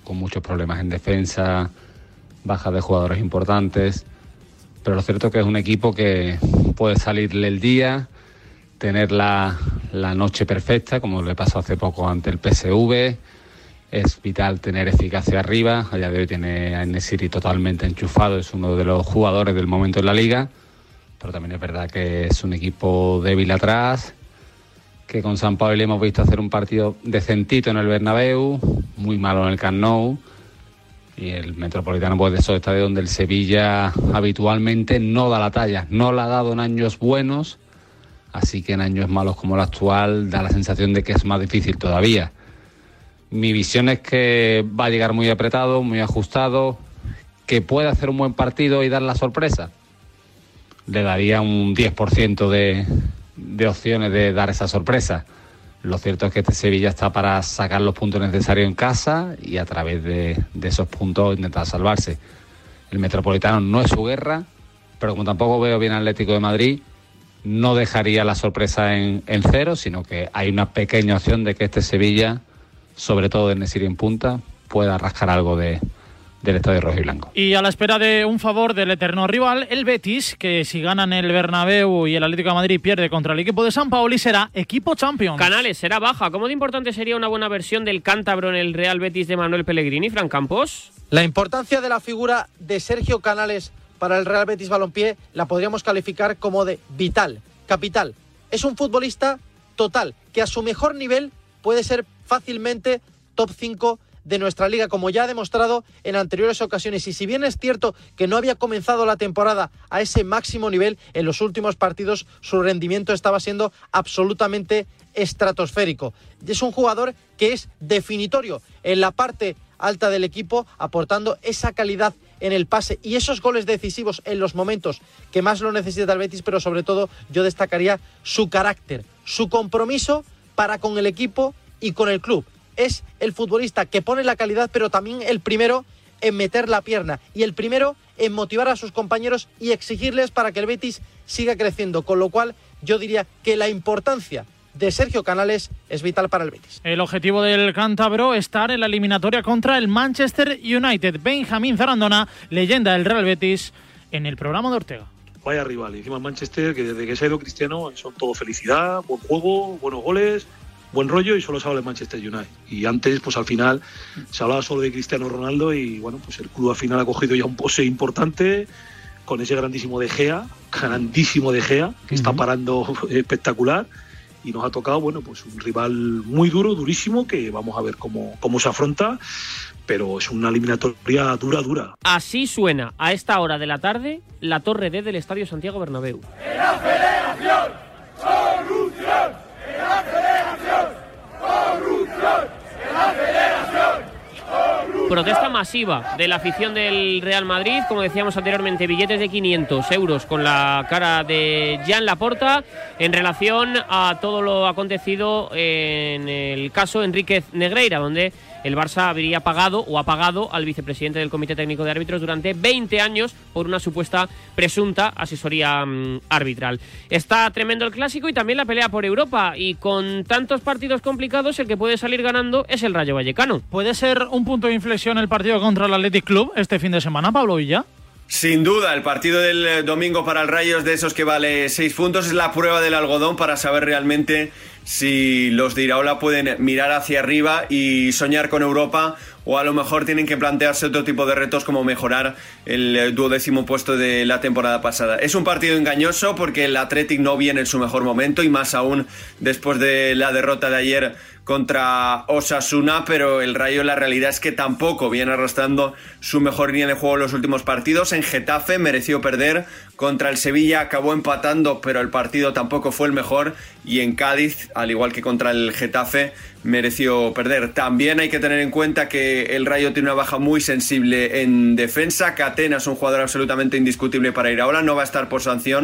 con muchos problemas en defensa, bajas de jugadores importantes, pero lo cierto es que es un equipo que puede salirle el día, tener la, la noche perfecta, como le pasó hace poco ante el P S V. Es vital tener eficacia arriba. A día de hoy tiene a En-Nesyri totalmente enchufado, es uno de los jugadores del momento en la liga, pero también es verdad que es un equipo débil atrás, que con Sampaoli hemos visto hacer un partido decentito en el Bernabéu, muy malo en el Camp Nou, y el Metropolitano pues de esos estadios donde el Sevilla habitualmente no da la talla, no la ha dado en años buenos, así que en años malos como el actual da la sensación de que es más difícil todavía. Mi visión es que va a llegar muy apretado, muy ajustado, que puede hacer un buen partido y dar la sorpresa. Le daría un diez por ciento de, de opciones de dar esa sorpresa. Lo cierto es que este Sevilla está para sacar los puntos necesarios en casa y a través de, de esos puntos intentar salvarse. El Metropolitano no es su guerra, pero como tampoco veo bien al Atlético de Madrid, no dejaría la sorpresa en, en cero, sino que hay una pequeña opción de que este Sevilla, sobre todo de En-Nesyri en punta, pueda rascar algo de, del estadio rojo y blanco. Y a la espera de un favor del eterno rival, el Betis, que si ganan el Bernabéu y el Atlético de Madrid pierde contra el equipo de Sampaoli, será equipo Champions. Canales, será baja. ¿Cómo de importante sería una buena versión del cántabro en el Real Betis de Manuel Pellegrini, Fran Campos? La importancia de la figura de Sergio Canales para el Real Betis Balompié la podríamos calificar como de vital, capital. Es un futbolista total, que a su mejor nivel puede ser fácilmente top cinco de nuestra liga, como ya ha demostrado en anteriores ocasiones. Y si bien es cierto que no había comenzado la temporada a ese máximo nivel, en los últimos partidos su rendimiento estaba siendo absolutamente estratosférico. Es un jugador que es definitorio en la parte alta del equipo, aportando esa calidad en el pase y esos goles decisivos en los momentos que más lo necesita el Betis, pero sobre todo yo destacaría su carácter, su compromiso para con el equipo y con el club. Es el futbolista que pone la calidad, pero también el primero en meter la pierna y el primero en motivar a sus compañeros y exigirles para que el Betis siga creciendo, con lo cual yo diría que la importancia de Sergio Canales es vital para el Betis. El objetivo del cántabro, estar en la eliminatoria contra el Manchester United. Benjamín Zarandona, leyenda del Real Betis, en el programa de Ortega. Vaya rival, y encima el Manchester, que desde que se ha ido Cristiano son todo felicidad, buen juego, buenos goles, buen rollo, y solo se habla de Manchester United. Y antes, pues al final, se hablaba solo de Cristiano Ronaldo y bueno, pues el club al final ha cogido ya un pose importante con ese grandísimo De Gea, grandísimo De Gea, que uh-huh. está parando espectacular. Y nos ha tocado, bueno, pues un rival muy duro, durísimo, que vamos a ver cómo, cómo se afronta, pero es una eliminatoria dura, dura. Así suena a esta hora de la tarde la Torre D del Estadio Santiago Bernabéu. ¡En la federación! ¡Corrupción! ¡En la federación! ¡Corrupción! ¡En la federación! Protesta masiva de la afición del Real Madrid, como decíamos anteriormente, billetes de quinientos euros con la cara de Joan Laporta en relación a todo lo acontecido en el caso Enríquez Negreira, donde el Barça habría pagado o ha pagado al vicepresidente del Comité Técnico de Árbitros durante veinte años por una supuesta presunta asesoría um, arbitral. Está tremendo el clásico y también la pelea por Europa, y con tantos partidos complicados el que puede salir ganando es el Rayo Vallecano. ¿Puede ser un punto de inflexión el partido contra el Athletic Club este fin de semana, Pablo Villa? Sin duda, el partido del domingo para el Rayo es de esos que vale seis puntos, es la prueba del algodón para saber realmente si los de Iraola pueden mirar hacia arriba y soñar con Europa, o a lo mejor tienen que plantearse otro tipo de retos como mejorar el duodécimo puesto de la temporada pasada. Es un partido engañoso porque el Athletic no viene en su mejor momento, y más aún después de la derrota de ayer contra Osasuna, pero el Rayo, la realidad es que tampoco viene arrastrando su mejor línea de juego en los últimos partidos. En Getafe mereció perder, contra el Sevilla acabó empatando, pero el partido tampoco fue el mejor, y en Cádiz, al igual que contra el Getafe, mereció perder. También hay que tener en cuenta que el Rayo tiene una baja muy sensible en defensa. Catena es un jugador absolutamente indiscutible para Iraola, no va a estar por sanción,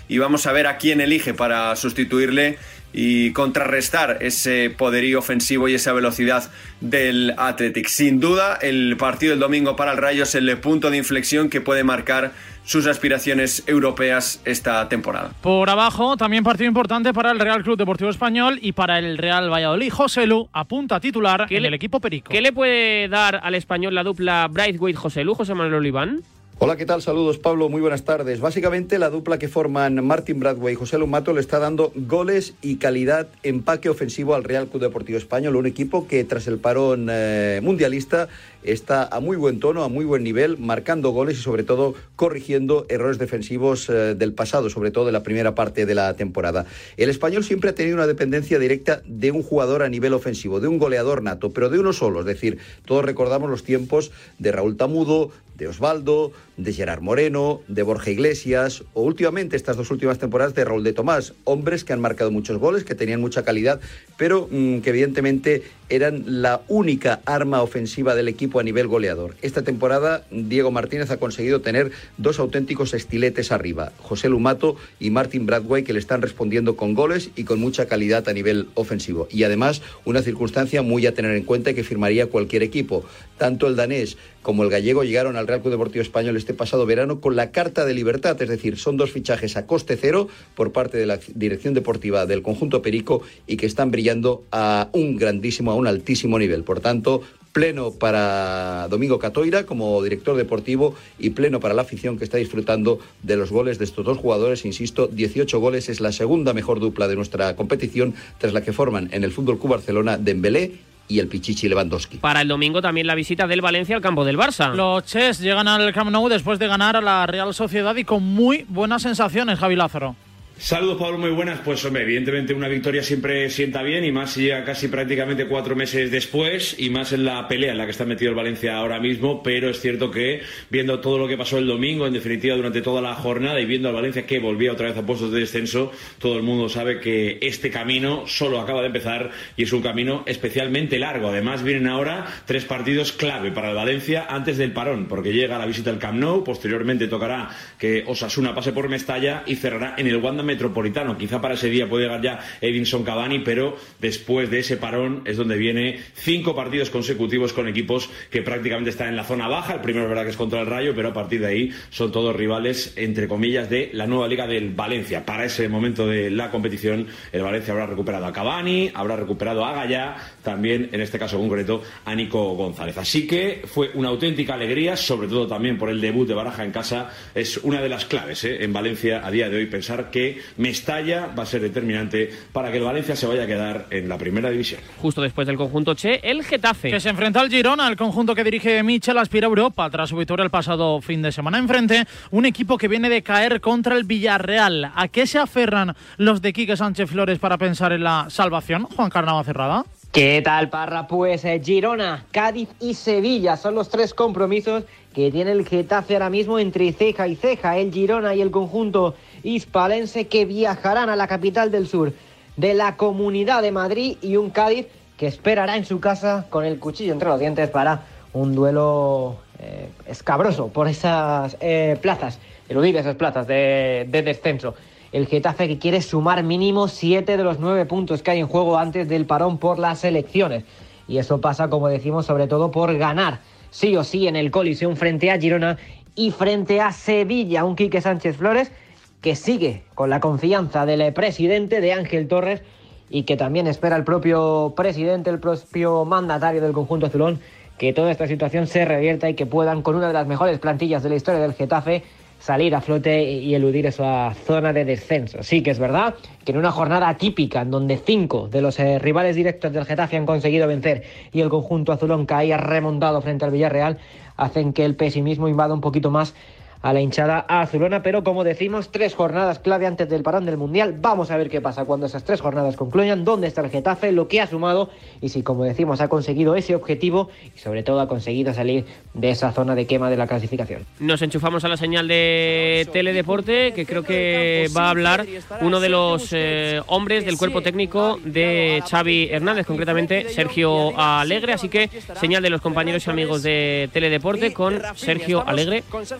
y vamos a ver a quién elige para sustituirle y contrarrestar ese poderío ofensivo y esa velocidad del Athletic. Sin duda, el partido del domingo para el Rayo es el punto de inflexión que puede marcar sus aspiraciones europeas esta temporada. Por abajo, también partido importante para el Real Club Deportivo Español y para el Real Valladolid. Joselu apunta titular en le, el equipo perico. ¿Qué le puede dar al Español la dupla Braithwaite-Joselu, José Manuel Oliván? Hola, ¿qué tal? Saludos, Pablo, muy buenas tardes. Básicamente la dupla que forman Martin Braithwaite y Joselu Mato le está dando goles y calidad, empaque ofensivo al Real Club Deportivo Español, un equipo que tras el parón eh, mundialista está a muy buen tono, a muy buen nivel, marcando goles y sobre todo corrigiendo errores defensivos eh, del pasado, sobre todo de la primera parte de la temporada. El Español siempre ha tenido una dependencia directa de un jugador a nivel ofensivo, de un goleador nato, pero de uno solo, es decir, todos recordamos los tiempos de Raúl Tamudo, de Osvaldo, de Gerard Moreno, de Borja Iglesias o últimamente, estas dos últimas temporadas, de Raúl de Tomás, hombres que han marcado muchos goles, que tenían mucha calidad, pero mmm, que evidentemente eran la única arma ofensiva del equipo a nivel goleador. Esta temporada Diego Martínez ha conseguido tener dos auténticos estiletes arriba, Joselu Mato y Martin Braithwaite, que le están respondiendo con goles y con mucha calidad a nivel ofensivo. Y además una circunstancia muy a tener en cuenta que firmaría cualquier equipo. Tanto el danés como el gallego llegaron al Real Club Deportivo Español este pasado verano con la carta de libertad, es decir, son dos fichajes a coste cero por parte de la dirección deportiva del conjunto perico y que están brillando a un grandísimo, a un altísimo nivel. Por tanto, pleno para Domingo Catoira como director deportivo y pleno para la afición que está disfrutando de los goles de estos dos jugadores. Insisto, dieciocho goles, es la segunda mejor dupla de nuestra competición tras la que forman en el F C Barcelona Dembélé y el Pichichi Lewandowski. Para el domingo también la visita del Valencia al campo del Barça. Los Ches llegan al Camp Nou después de ganar a la Real Sociedad y con muy buenas sensaciones, Javi Lázaro. Saludos, Pablo, muy buenas. Pues hombre, evidentemente una victoria siempre sienta bien y más si llega casi prácticamente cuatro meses después y más en la pelea en la que está metido el Valencia ahora mismo, pero es cierto que viendo todo lo que pasó el domingo, en definitiva durante toda la jornada y viendo al Valencia que volvía otra vez a puestos de descenso, todo el mundo sabe que este camino solo acaba de empezar y es un camino especialmente largo. Además vienen ahora tres partidos clave para el Valencia antes del parón, porque llega la visita al Camp Nou, posteriormente tocará que Osasuna pase por Mestalla y cerrará en el Wanda Metropolitano. Quizá para ese día puede llegar ya Edinson Cavani, pero después de ese parón es donde viene cinco partidos consecutivos con equipos que prácticamente están en la zona baja. El primero es verdad que es contra el Rayo, pero a partir de ahí son todos rivales, entre comillas, de la nueva Liga del Valencia. Para ese momento de la competición, el Valencia habrá recuperado a Cavani, habrá recuperado a Gallá, también en este caso concreto a Nico González. Así que fue una auténtica alegría, sobre todo también por el debut de Baraja en casa. Es una de las claves ¿eh? en Valencia a día de hoy, pensar que Mestalla va a ser determinante para que el Valencia se vaya a quedar en la primera división. Justo después del conjunto Che, el Getafe, que se enfrenta al Girona, el conjunto que dirige Michel aspira a Europa tras su victoria el pasado fin de semana. Enfrente, un equipo que viene de caer contra el Villarreal. ¿A qué se aferran los de Quique Sánchez Flores para pensar en la salvación? Juan Carnava Cerrada. ¿Qué tal, Parra? Pues eh, Girona, Cádiz y Sevilla son los tres compromisos que tiene el Getafe ahora mismo entre ceja y ceja. El Girona y el conjunto hispalense que viajarán a la capital del sur de la Comunidad de Madrid, y un Cádiz que esperará en su casa con el cuchillo entre los dientes para un duelo eh, escabroso por esas eh, plazas, eludir esas plazas de, de descenso. El Getafe que quiere sumar mínimo siete de los nueve puntos que hay en juego antes del parón por las elecciones. Y eso pasa, como decimos, sobre todo por ganar sí o sí en el Coliseum frente a Girona y frente a Sevilla. Un Quique Sánchez Flores que sigue con la confianza del presidente, de Ángel Torres, y que también espera el propio presidente, el propio mandatario del conjunto azulón, que toda esta situación se revierta y que puedan, con una de las mejores plantillas de la historia del Getafe, salir a flote y eludir esa zona de descenso. Sí que es verdad que en una jornada atípica en donde cinco de los eh, rivales directos del Getafe han conseguido vencer y el conjunto azulón que haya remontado frente al Villarreal, hacen que el pesimismo invada un poquito más a la hinchada azulona, pero como decimos, tres jornadas clave antes del parón del Mundial. Vamos a ver qué pasa cuando esas tres jornadas concluyan, dónde está el Getafe, lo que ha sumado y si, como decimos, ha conseguido ese objetivo y sobre todo ha conseguido salir de esa zona de quema de la clasificación. Nos enchufamos a la señal de Teledeporte, que creo que va a hablar uno de los eh, hombres del cuerpo técnico de Xavi Hernández, concretamente Sergio Alegre, así que señal de los compañeros y amigos de Teledeporte con Sergio Alegre. Mira.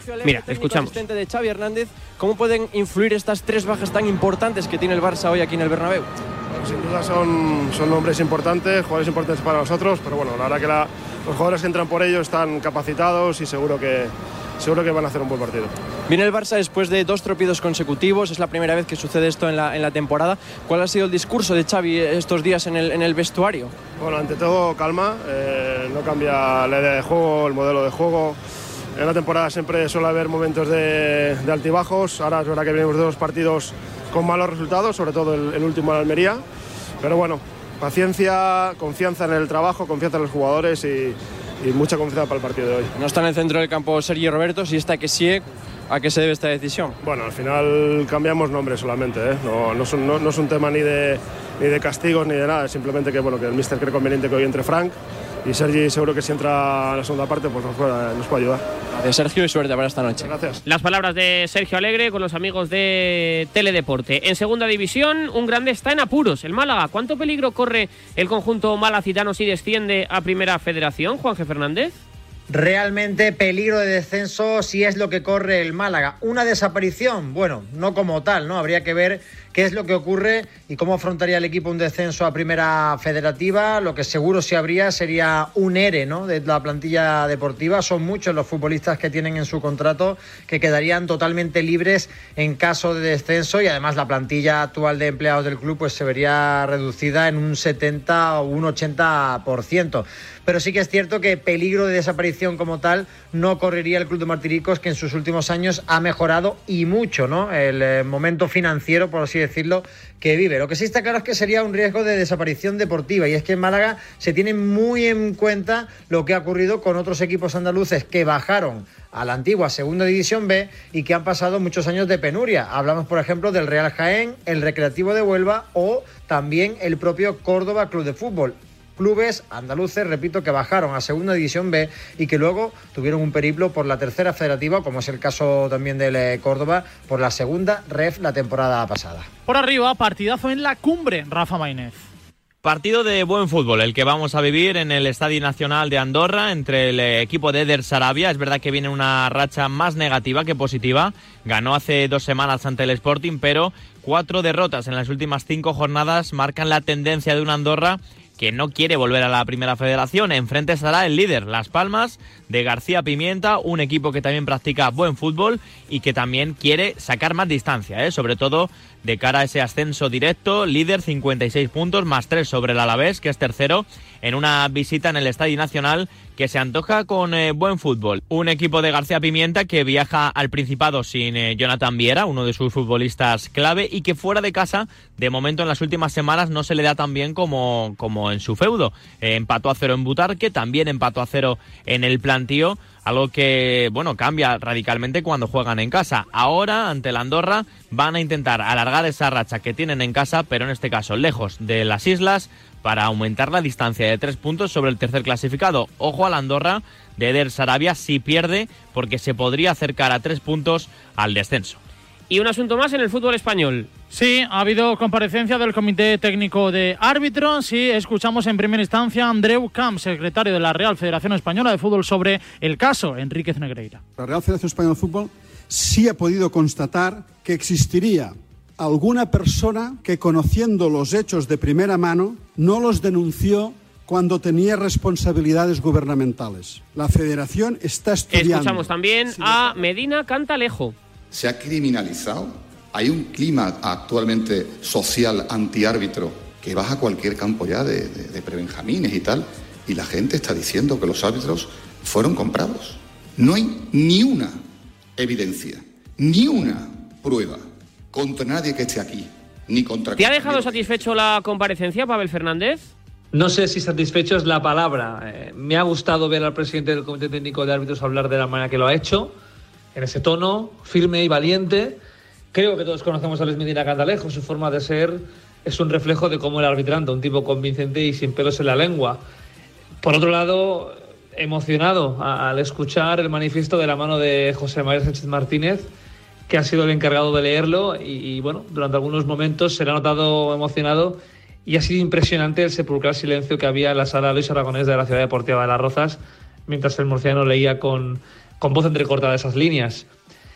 Escuchamos. Asistente de Xavi Hernández, ¿cómo pueden influir estas tres bajas tan importantes que tiene el Barça hoy aquí en el Bernabéu? Bueno, sin duda son, son nombres importantes, jugadores importantes para nosotros, pero bueno, la verdad que la, los jugadores que entran por ellos están capacitados y seguro que, seguro que van a hacer un buen partido. Viene el Barça después de dos tropiezos consecutivos, es la primera vez que sucede esto en la, en la temporada. ¿Cuál ha sido el discurso de Xavi estos días en el, en el vestuario? Bueno, ante todo calma, eh, no cambia la idea de juego, el modelo de juego. En la temporada siempre suele haber momentos de, de altibajos, ahora es verdad que venimos de dos partidos con malos resultados, sobre todo el, el último en Almería, pero bueno, paciencia, confianza en el trabajo, confianza en los jugadores y, y mucha confianza para el partido de hoy. No está en el centro del campo Sergi Roberto, si está que sí, ¿a qué se debe esta decisión? Bueno, al final cambiamos nombres solamente, ¿eh? no, no, es un, no, no es un tema ni de, ni de castigos ni de nada, es simplemente que, bueno, que el míster cree conveniente que hoy entre Frank y Sergi seguro que si entra a la segunda parte pues nos puede, nos puede ayudar. Gracias Sergio y suerte para esta noche. Gracias. Las palabras de Sergio Alegre con los amigos de Teledeporte. En segunda división, un grande está en apuros, el Málaga. ¿Cuánto peligro corre el conjunto malacitano si desciende a Primera Federación, Juanje Fernández? Realmente peligro de descenso si es lo que corre el Málaga. Una desaparición, bueno, no como tal, ¿no? Habría que ver qué es lo que ocurre y cómo afrontaría el equipo un descenso a Primera Federativa. Lo que seguro sí habría sería un E R E, ¿no?, de la plantilla deportiva. Son muchos los futbolistas que tienen en su contrato que quedarían totalmente libres en caso de descenso y además la plantilla actual de empleados del club pues se vería reducida en un setenta o un ochenta por ciento. Pero sí que es cierto que peligro de desaparición como tal no correría el Club de Martiricos, que en sus últimos años ha mejorado y mucho, ¿no?, el eh, momento financiero, por así decirlo, que vive. Lo que sí está claro es que sería un riesgo de desaparición deportiva, y es que en Málaga se tiene muy en cuenta lo que ha ocurrido con otros equipos andaluces que bajaron a la antigua Segunda División B y que han pasado muchos años de penuria. Hablamos, por ejemplo, del Real Jaén, el Recreativo de Huelva o también el propio Córdoba Club de Fútbol. Clubes andaluces, repito, que bajaron a Segunda División B y que luego tuvieron un periplo por la Tercera Federativa, como es el caso también del eh, Córdoba, por la Segunda Ref la temporada pasada. Por arriba, partidazo en la Cumbre, Rafa Maínez. Partido de buen fútbol, el que vamos a vivir en el Estadio Nacional de Andorra entre el equipo de Eder Sarabia. Es verdad que viene una racha más negativa que positiva. Ganó hace dos semanas ante el Sporting, pero cuatro derrotas en las últimas cinco jornadas marcan la tendencia de una Andorra que no quiere volver a la Primera Federación. Enfrente estará el líder, Las Palmas, de García Pimienta, un equipo que también practica buen fútbol y que también quiere sacar más distancia, ¿eh? sobre todo de cara a ese ascenso directo. Líder, cincuenta y seis puntos, más tres sobre el Alavés, que es tercero, en una visita en el Estadio Nacional que se antoja con eh, buen fútbol. Un equipo de García Pimienta que viaja al Principado sin eh, Jonathan Viera, uno de sus futbolistas clave, y que fuera de casa, de momento en las últimas semanas, no se le da tan bien como, como en su feudo. Eh, empató a cero en Butarque, también empató a cero en el Plantío, algo que, bueno, cambia radicalmente cuando juegan en casa. Ahora, ante la Andorra, van a intentar alargar esa racha que tienen en casa, pero en este caso lejos de las islas, para aumentar la distancia de tres puntos sobre el tercer clasificado. Ojo a la Andorra de Eder Sarabia si pierde, porque se podría acercar a tres puntos al descenso. Y un asunto más en el fútbol español. Sí, ha habido comparecencia del Comité Técnico de Árbitros. Sí, escuchamos en primera instancia a Andreu Camps, secretario de la Real Federación Española de Fútbol, sobre el caso Enríquez Negreira. La Real Federación Española de Fútbol sí ha podido constatar que existiría alguna persona que, conociendo los hechos de primera mano, no los denunció cuando tenía responsabilidades gubernamentales. La Federación está estudiando. Escuchamos también a Medina Cantalejo. Se ha criminalizado. Hay un clima actualmente social antiárbitro que baja cualquier campo ya de, de, de prebenjamines y tal, y la gente está diciendo que los árbitros fueron comprados. No hay ni una evidencia, ni una prueba contra nadie que esté aquí, ni contra... ¿Te ha dejado satisfecho la comparecencia, Pavel Fernández? No sé si satisfecho es la palabra. Eh, me ha gustado ver al presidente del Comité Técnico de Árbitros hablar de la manera que lo ha hecho, en ese tono firme y valiente. Creo que todos conocemos a Luis Medina Cantalejo. Su forma de ser es un reflejo de cómo era arbitrando, un tipo convincente y sin pelos en la lengua. Por otro lado, emocionado al escuchar el manifiesto de la mano de José María Sánchez Martínez, que ha sido el encargado de leerlo, y, y bueno, durante algunos momentos se le ha notado emocionado y ha sido impresionante el sepulcral silencio que había en la sala Luis Aragonés de la Ciudad Deportiva de Las Rozas, mientras el murciano leía con, con voz entrecortada esas líneas.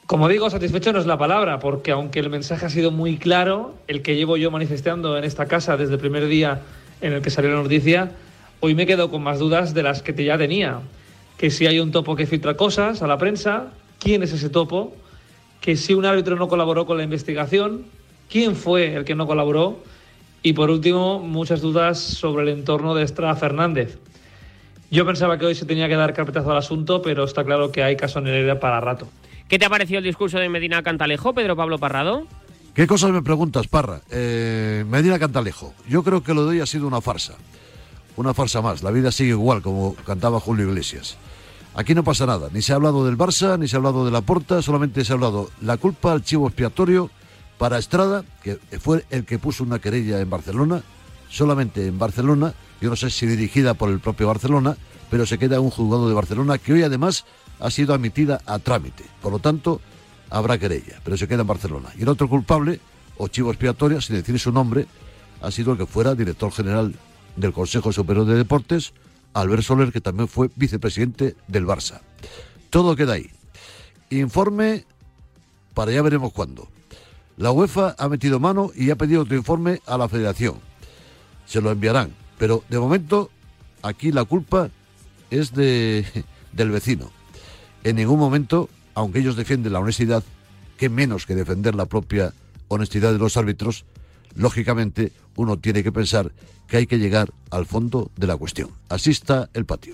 Como digo, satisfecho no es la palabra, porque aunque el mensaje ha sido muy claro, el que llevo yo manifestando en esta casa desde el primer día en el que salió la noticia, hoy me quedo con más dudas de las que ya tenía. Que si hay un topo que filtra cosas a la prensa, ¿quién es ese topo? Que si un árbitro no colaboró con la investigación, ¿quién fue el que no colaboró? Y por último, muchas dudas sobre el entorno de Estrada Fernández. Yo pensaba que hoy se tenía que dar carpetazo al asunto, pero está claro que hay casonera para rato. ¿Qué te ha parecido el discurso de Medina Cantalejo, Pedro Pablo Parrado? ¿Qué cosas me preguntas, Parra? Eh, Medina Cantalejo. Yo creo que lo de hoy ha sido una farsa. Una farsa más. La vida sigue igual, como cantaba Julio Iglesias. Aquí no pasa nada. Ni se ha hablado del Barça, ni se ha hablado de Laporta. Solamente se ha hablado la culpa al chivo expiatorio para Estrada, que fue el que puso una querella en Barcelona. Solamente en Barcelona. Yo no sé si dirigida por el propio Barcelona, pero se queda en un juzgado de Barcelona que hoy además ha sido admitida a trámite. Por lo tanto, habrá querella, pero se queda en Barcelona. Y el otro culpable, o chivo expiatorio, sin decir su nombre, ha sido el que fuera director general del Consejo Superior de Deportes, Albert Soler, que también fue vicepresidente del Barça. Todo queda ahí. Informe para ya veremos cuándo. La UEFA ha metido mano y ha pedido otro informe a la Federación. Se lo enviarán, pero de momento aquí la culpa es de, del vecino. En ningún momento, aunque ellos defienden la honestidad, que menos que defender la propia honestidad de los árbitros, lógicamente uno tiene que pensar que hay que llegar al fondo de la cuestión. Así está el patio.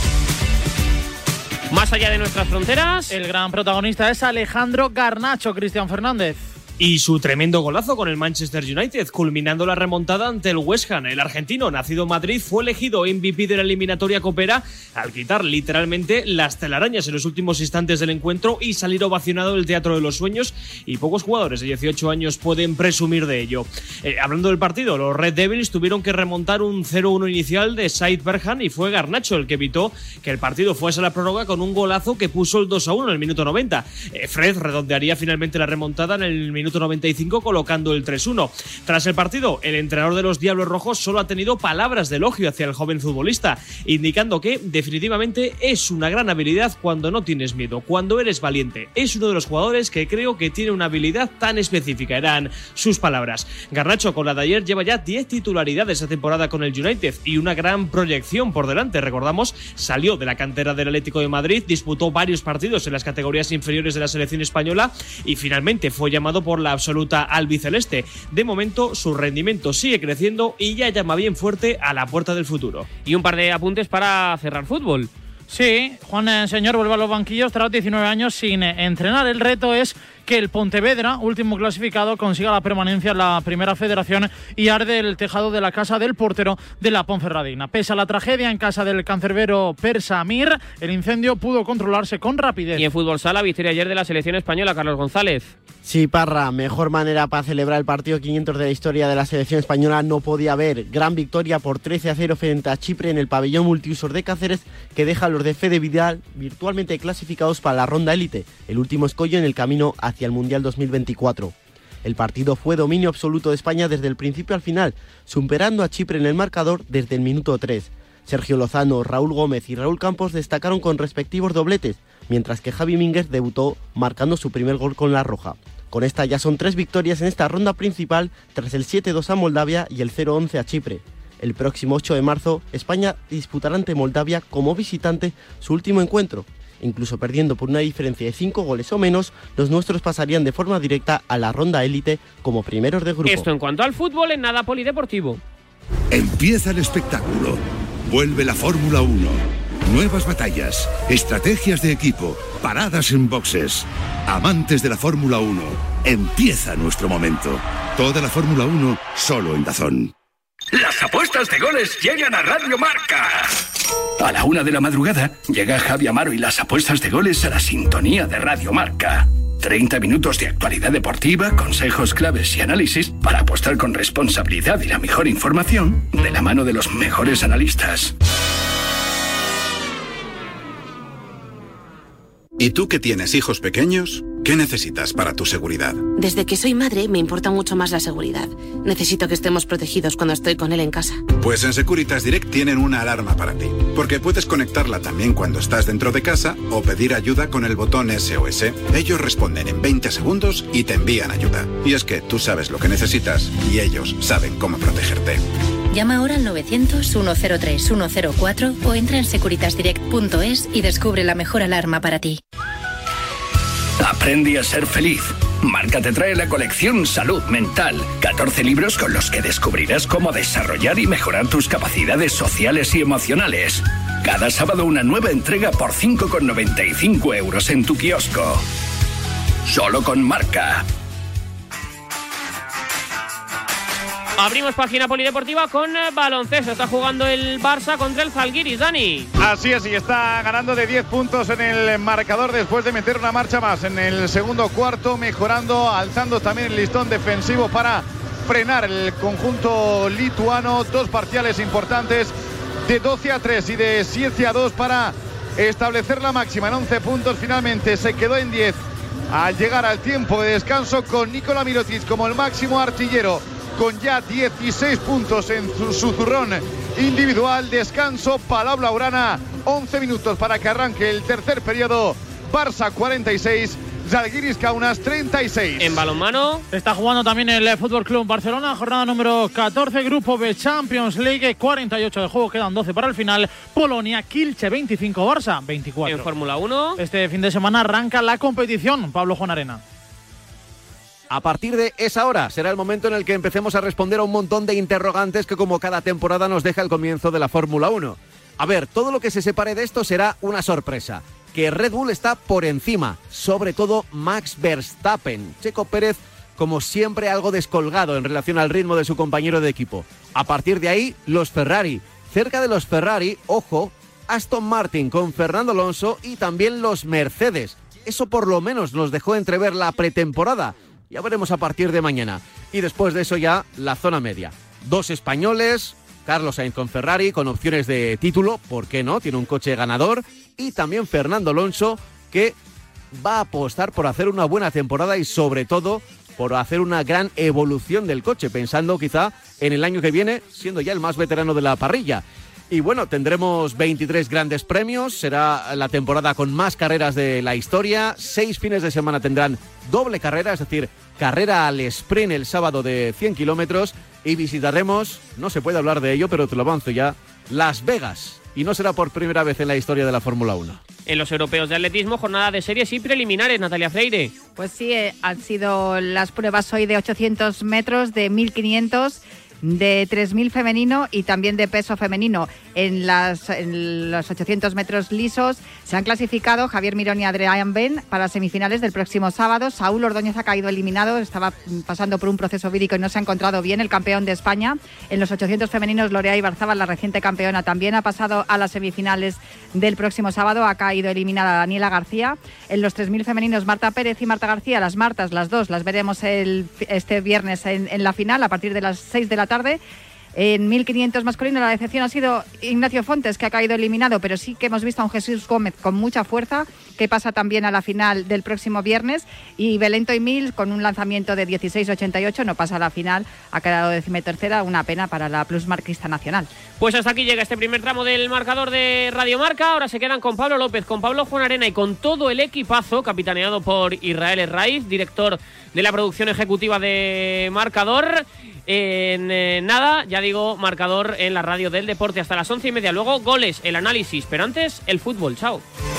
Más allá de nuestras fronteras, el gran protagonista es Alejandro Garnacho, Cristian Fernández. Y su tremendo golazo con el Manchester United, culminando la remontada ante el West Ham. El argentino, nacido en Madrid, fue elegido M V P de la eliminatoria copera al quitar literalmente las telarañas en los últimos instantes del encuentro y salir ovacionado del Teatro de los Sueños, y pocos jugadores de dieciocho años pueden presumir de ello. Eh, hablando del partido, los Red Devils tuvieron que remontar un cero uno inicial de Said Berghan y fue Garnacho el que evitó que el partido fuese a la prórroga con un golazo que puso el dos a uno en el minuto noventa. Eh, Fred redondearía finalmente la remontada en el minuto noventa y cinco colocando el tres uno. Tras el partido, el entrenador de los Diablos Rojos solo ha tenido palabras de elogio hacia el joven futbolista, indicando que definitivamente es una gran habilidad cuando no tienes miedo, cuando eres valiente. Es uno de los jugadores que creo que tiene una habilidad tan específica, eran sus palabras. Garnacho, con la de ayer, lleva ya diez titularidades esta temporada con el United y una gran proyección por delante. Recordamos, salió de la cantera del Atlético de Madrid, disputó varios partidos en las categorías inferiores de la selección española y finalmente fue llamado por la absoluta albiceleste. De momento su rendimiento sigue creciendo y ya llama bien fuerte a la puerta del futuro. Y un par de apuntes para cerrar fútbol. Sí, Juan Señor vuelve a los banquillos tras diecinueve años sin entrenar. El reto es que el Pontevedra, último clasificado, consiga la permanencia en la primera federación y arde el tejado de la casa del portero de la Ponferradina. Pese a la tragedia en casa del cancerbero persa Mir, el incendio pudo controlarse con rapidez. Y en fútbol sala, victoria ayer de la selección española, Carlos González. Sí, Parra, mejor manera para celebrar el partido quinientos de la historia de la selección española no podía haber. Gran victoria por trece a cero frente a Chipre en el pabellón multiusos de Cáceres, que deja a los de Fede Vidal virtualmente clasificados para la ronda élite, el último escollo en el camino hacia el Mundial dos mil veinticuatro. El partido fue dominio absoluto de España desde el principio al final, superando a Chipre en el marcador desde el minuto tres. Sergio Lozano, Raúl Gómez y Raúl Campos destacaron con respectivos dobletes, mientras que Javi Mínguez debutó marcando su primer gol con la roja. Con esta ya son tres victorias en esta ronda principal, tras el siete dos a Moldavia y el cero once a Chipre. El próximo ocho de marzo, España disputará ante Moldavia como visitante su último encuentro. Incluso perdiendo por una diferencia de cinco goles o menos, los nuestros pasarían de forma directa a la ronda élite como primeros de grupo. Esto en cuanto al fútbol en Nada Polideportivo. Empieza el espectáculo. Vuelve la Fórmula uno. Nuevas batallas, estrategias de equipo, paradas en boxes. Amantes de la Fórmula uno, empieza nuestro momento. Toda la Fórmula uno solo en DAZN. Las apuestas de goles llegan a Radio Marca. A la una de la madrugada llega Javi Amaro y las apuestas de goles a la sintonía de Radio Marca. treinta minutos de actualidad deportiva, consejos claves y análisis para apostar con responsabilidad y la mejor información de la mano de los mejores analistas. ¿Y tú que tienes hijos pequeños? ¿Qué necesitas para tu seguridad? Desde que soy madre me importa mucho más la seguridad. Necesito que estemos protegidos cuando estoy con él en casa. Pues en Securitas Direct tienen una alarma para ti, porque puedes conectarla también cuando estás dentro de casa o pedir ayuda con el botón S O S. Ellos responden en veinte segundos y te envían ayuda. Y es que tú sabes lo que necesitas y ellos saben cómo protegerte. Llama ahora al novecientos, ciento tres, ciento cuatro o entra en securitas direct punto es y descubre la mejor alarma para ti. Aprende a ser feliz. Marca te trae la colección Salud Mental. catorce libros con los que descubrirás cómo desarrollar y mejorar tus capacidades sociales y emocionales. Cada sábado una nueva entrega por cinco con noventa y cinco euros en tu kiosco. Solo con Marca. Abrimos página polideportiva con eh, baloncesto. Está jugando el Barça contra el Zalgiris, Dani. Así es, y está ganando de diez puntos en el marcador después de meter una marcha más en el segundo cuarto, mejorando, alzando también el listón defensivo para frenar el conjunto lituano. Dos parciales importantes de doce a tres y de siete a dos para establecer la máxima en once puntos. Finalmente se quedó en diez al llegar al tiempo de descanso, con Nikola Mirotic como el máximo artillero, con ya dieciséis puntos en su, su zurrón individual. Descanso, Palau Blaugrana, once minutos para que arranque el tercer periodo. Barça cuarenta y seis, Zalgiris Kaunas treinta y seis. En balonmano está jugando también el Fútbol Club Barcelona, jornada número catorce, Grupo B, Champions League, cuarenta y ocho de juego, quedan doce para el final. Polonia, Kielce veinticinco, Barça veinticuatro. En Fórmula uno este fin de semana arranca la competición, Pablo Juanarena. A partir de esa hora será el momento en el que empecemos a responder a un montón de interrogantes que, como cada temporada, nos deja el comienzo de la Fórmula uno. A ver, todo lo que se separe de esto será una sorpresa. Que Red Bull está por encima, sobre todo Max Verstappen. Checo Pérez, como siempre, algo descolgado en relación al ritmo de su compañero de equipo. A partir de ahí, los Ferrari. Cerca de los Ferrari, ojo, Aston Martin con Fernando Alonso y también los Mercedes. Eso por lo menos nos dejó entrever la pretemporada. Ya veremos a partir de mañana. Y después de eso ya la zona media. Dos españoles, Carlos Sainz con Ferrari, con opciones de título, ¿por qué no? Tiene un coche ganador. Y también Fernando Alonso, que va a apostar por hacer una buena temporada y sobre todo por hacer una gran evolución del coche, pensando quizá en el año que viene, siendo ya el más veterano de la parrilla. Y bueno, tendremos veintitrés grandes premios, será la temporada con más carreras de la historia, seis fines de semana tendrán doble carrera, es decir, carrera al sprint el sábado de cien kilómetros, y visitaremos, no se puede hablar de ello, pero te lo avanzo ya, Las Vegas, y no será por primera vez en la historia de la Fórmula uno. En los europeos de atletismo, jornada de series y preliminares, Natalia Freire. Pues sí, eh, han sido las pruebas hoy de ochocientos metros, de mil quinientos, de tres mil femenino y también de peso femenino. En, las, en los ochocientos metros lisos se han clasificado Javier Mirón y Adrián Ben para semifinales del próximo sábado. Saúl Ordóñez ha caído eliminado, estaba pasando por un proceso vírico y no se ha encontrado bien, el campeón de España. En los ochocientos femeninos, Lorea Ibarzábal, la reciente campeona, también ha pasado a las semifinales del próximo sábado, ha caído eliminada Daniela García. En los tres mil femeninos, Marta Pérez y Marta García, las Martas, las dos, las veremos el, este viernes en, en la final a partir de las seis de la tarde. En mil quinientos masculino la decepción ha sido Ignacio Fontes, que ha caído eliminado, pero sí que hemos visto a un Jesús Gómez con mucha fuerza, que pasa también a la final del próximo viernes, y Belén Toimil con un lanzamiento de dieciséis ochenta y ocho no pasa a la final, ha quedado decimotercera, una pena para la plusmarquista nacional. Pues hasta aquí llega este primer tramo del marcador de Radio Marca. Ahora se quedan con Pablo López, con Pablo Juanarena y con todo el equipazo capitaneado por Israel Herraiz, director de la producción ejecutiva de Marcador. En eh, nada, ya digo, marcador en la radio del deporte hasta las once y media. Luego goles, el análisis, pero antes el fútbol. Chao.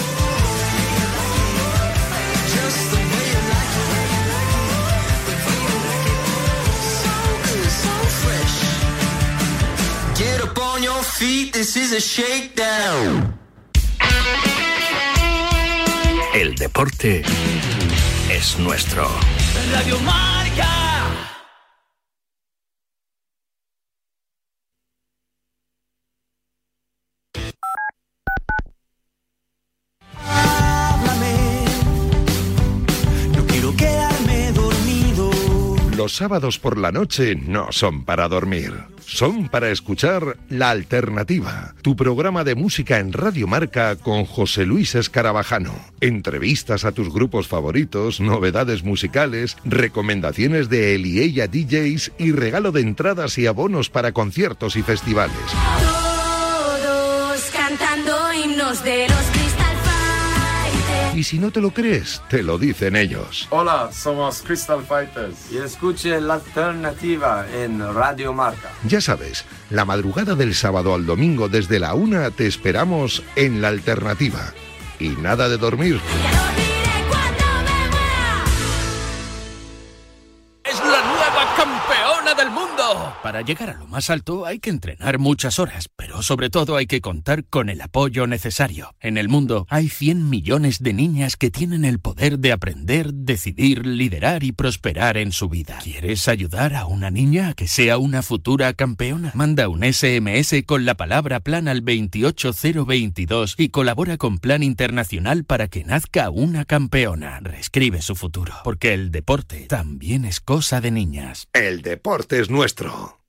El deporte es nuestro. Radio Marca. Los sábados por la noche no son para dormir, son para escuchar La Alternativa, tu programa de música en Radio Marca con José Luis Escarabajano. Entrevistas a tus grupos favoritos, novedades musicales, recomendaciones de él y ella D Js y regalo de entradas y abonos para conciertos y festivales. Todos cantando himnos de los Crystal Fighters. Y si no te lo crees, te lo dicen ellos. Hola, somos Crystal Fighters. Y escuche La Alternativa en Radio Marca. Ya sabes, la madrugada del sábado al domingo desde la una te esperamos en La Alternativa. Y nada de dormir. ¡Es la nueva campeona del mundo! Para llegar a lo más alto hay que entrenar muchas horas, pero sobre todo hay que contar con el apoyo necesario. En el mundo hay cien millones de niñas que tienen el poder de aprender, decidir, liderar y prosperar en su vida. ¿Quieres ayudar a una niña a que sea una futura campeona? Manda un ese eme ese con la palabra plan al veintiocho cero veintidós y colabora con Plan Internacional para que nazca una campeona. Reescribe su futuro, porque el deporte también es cosa de niñas. El deporte es nuestro.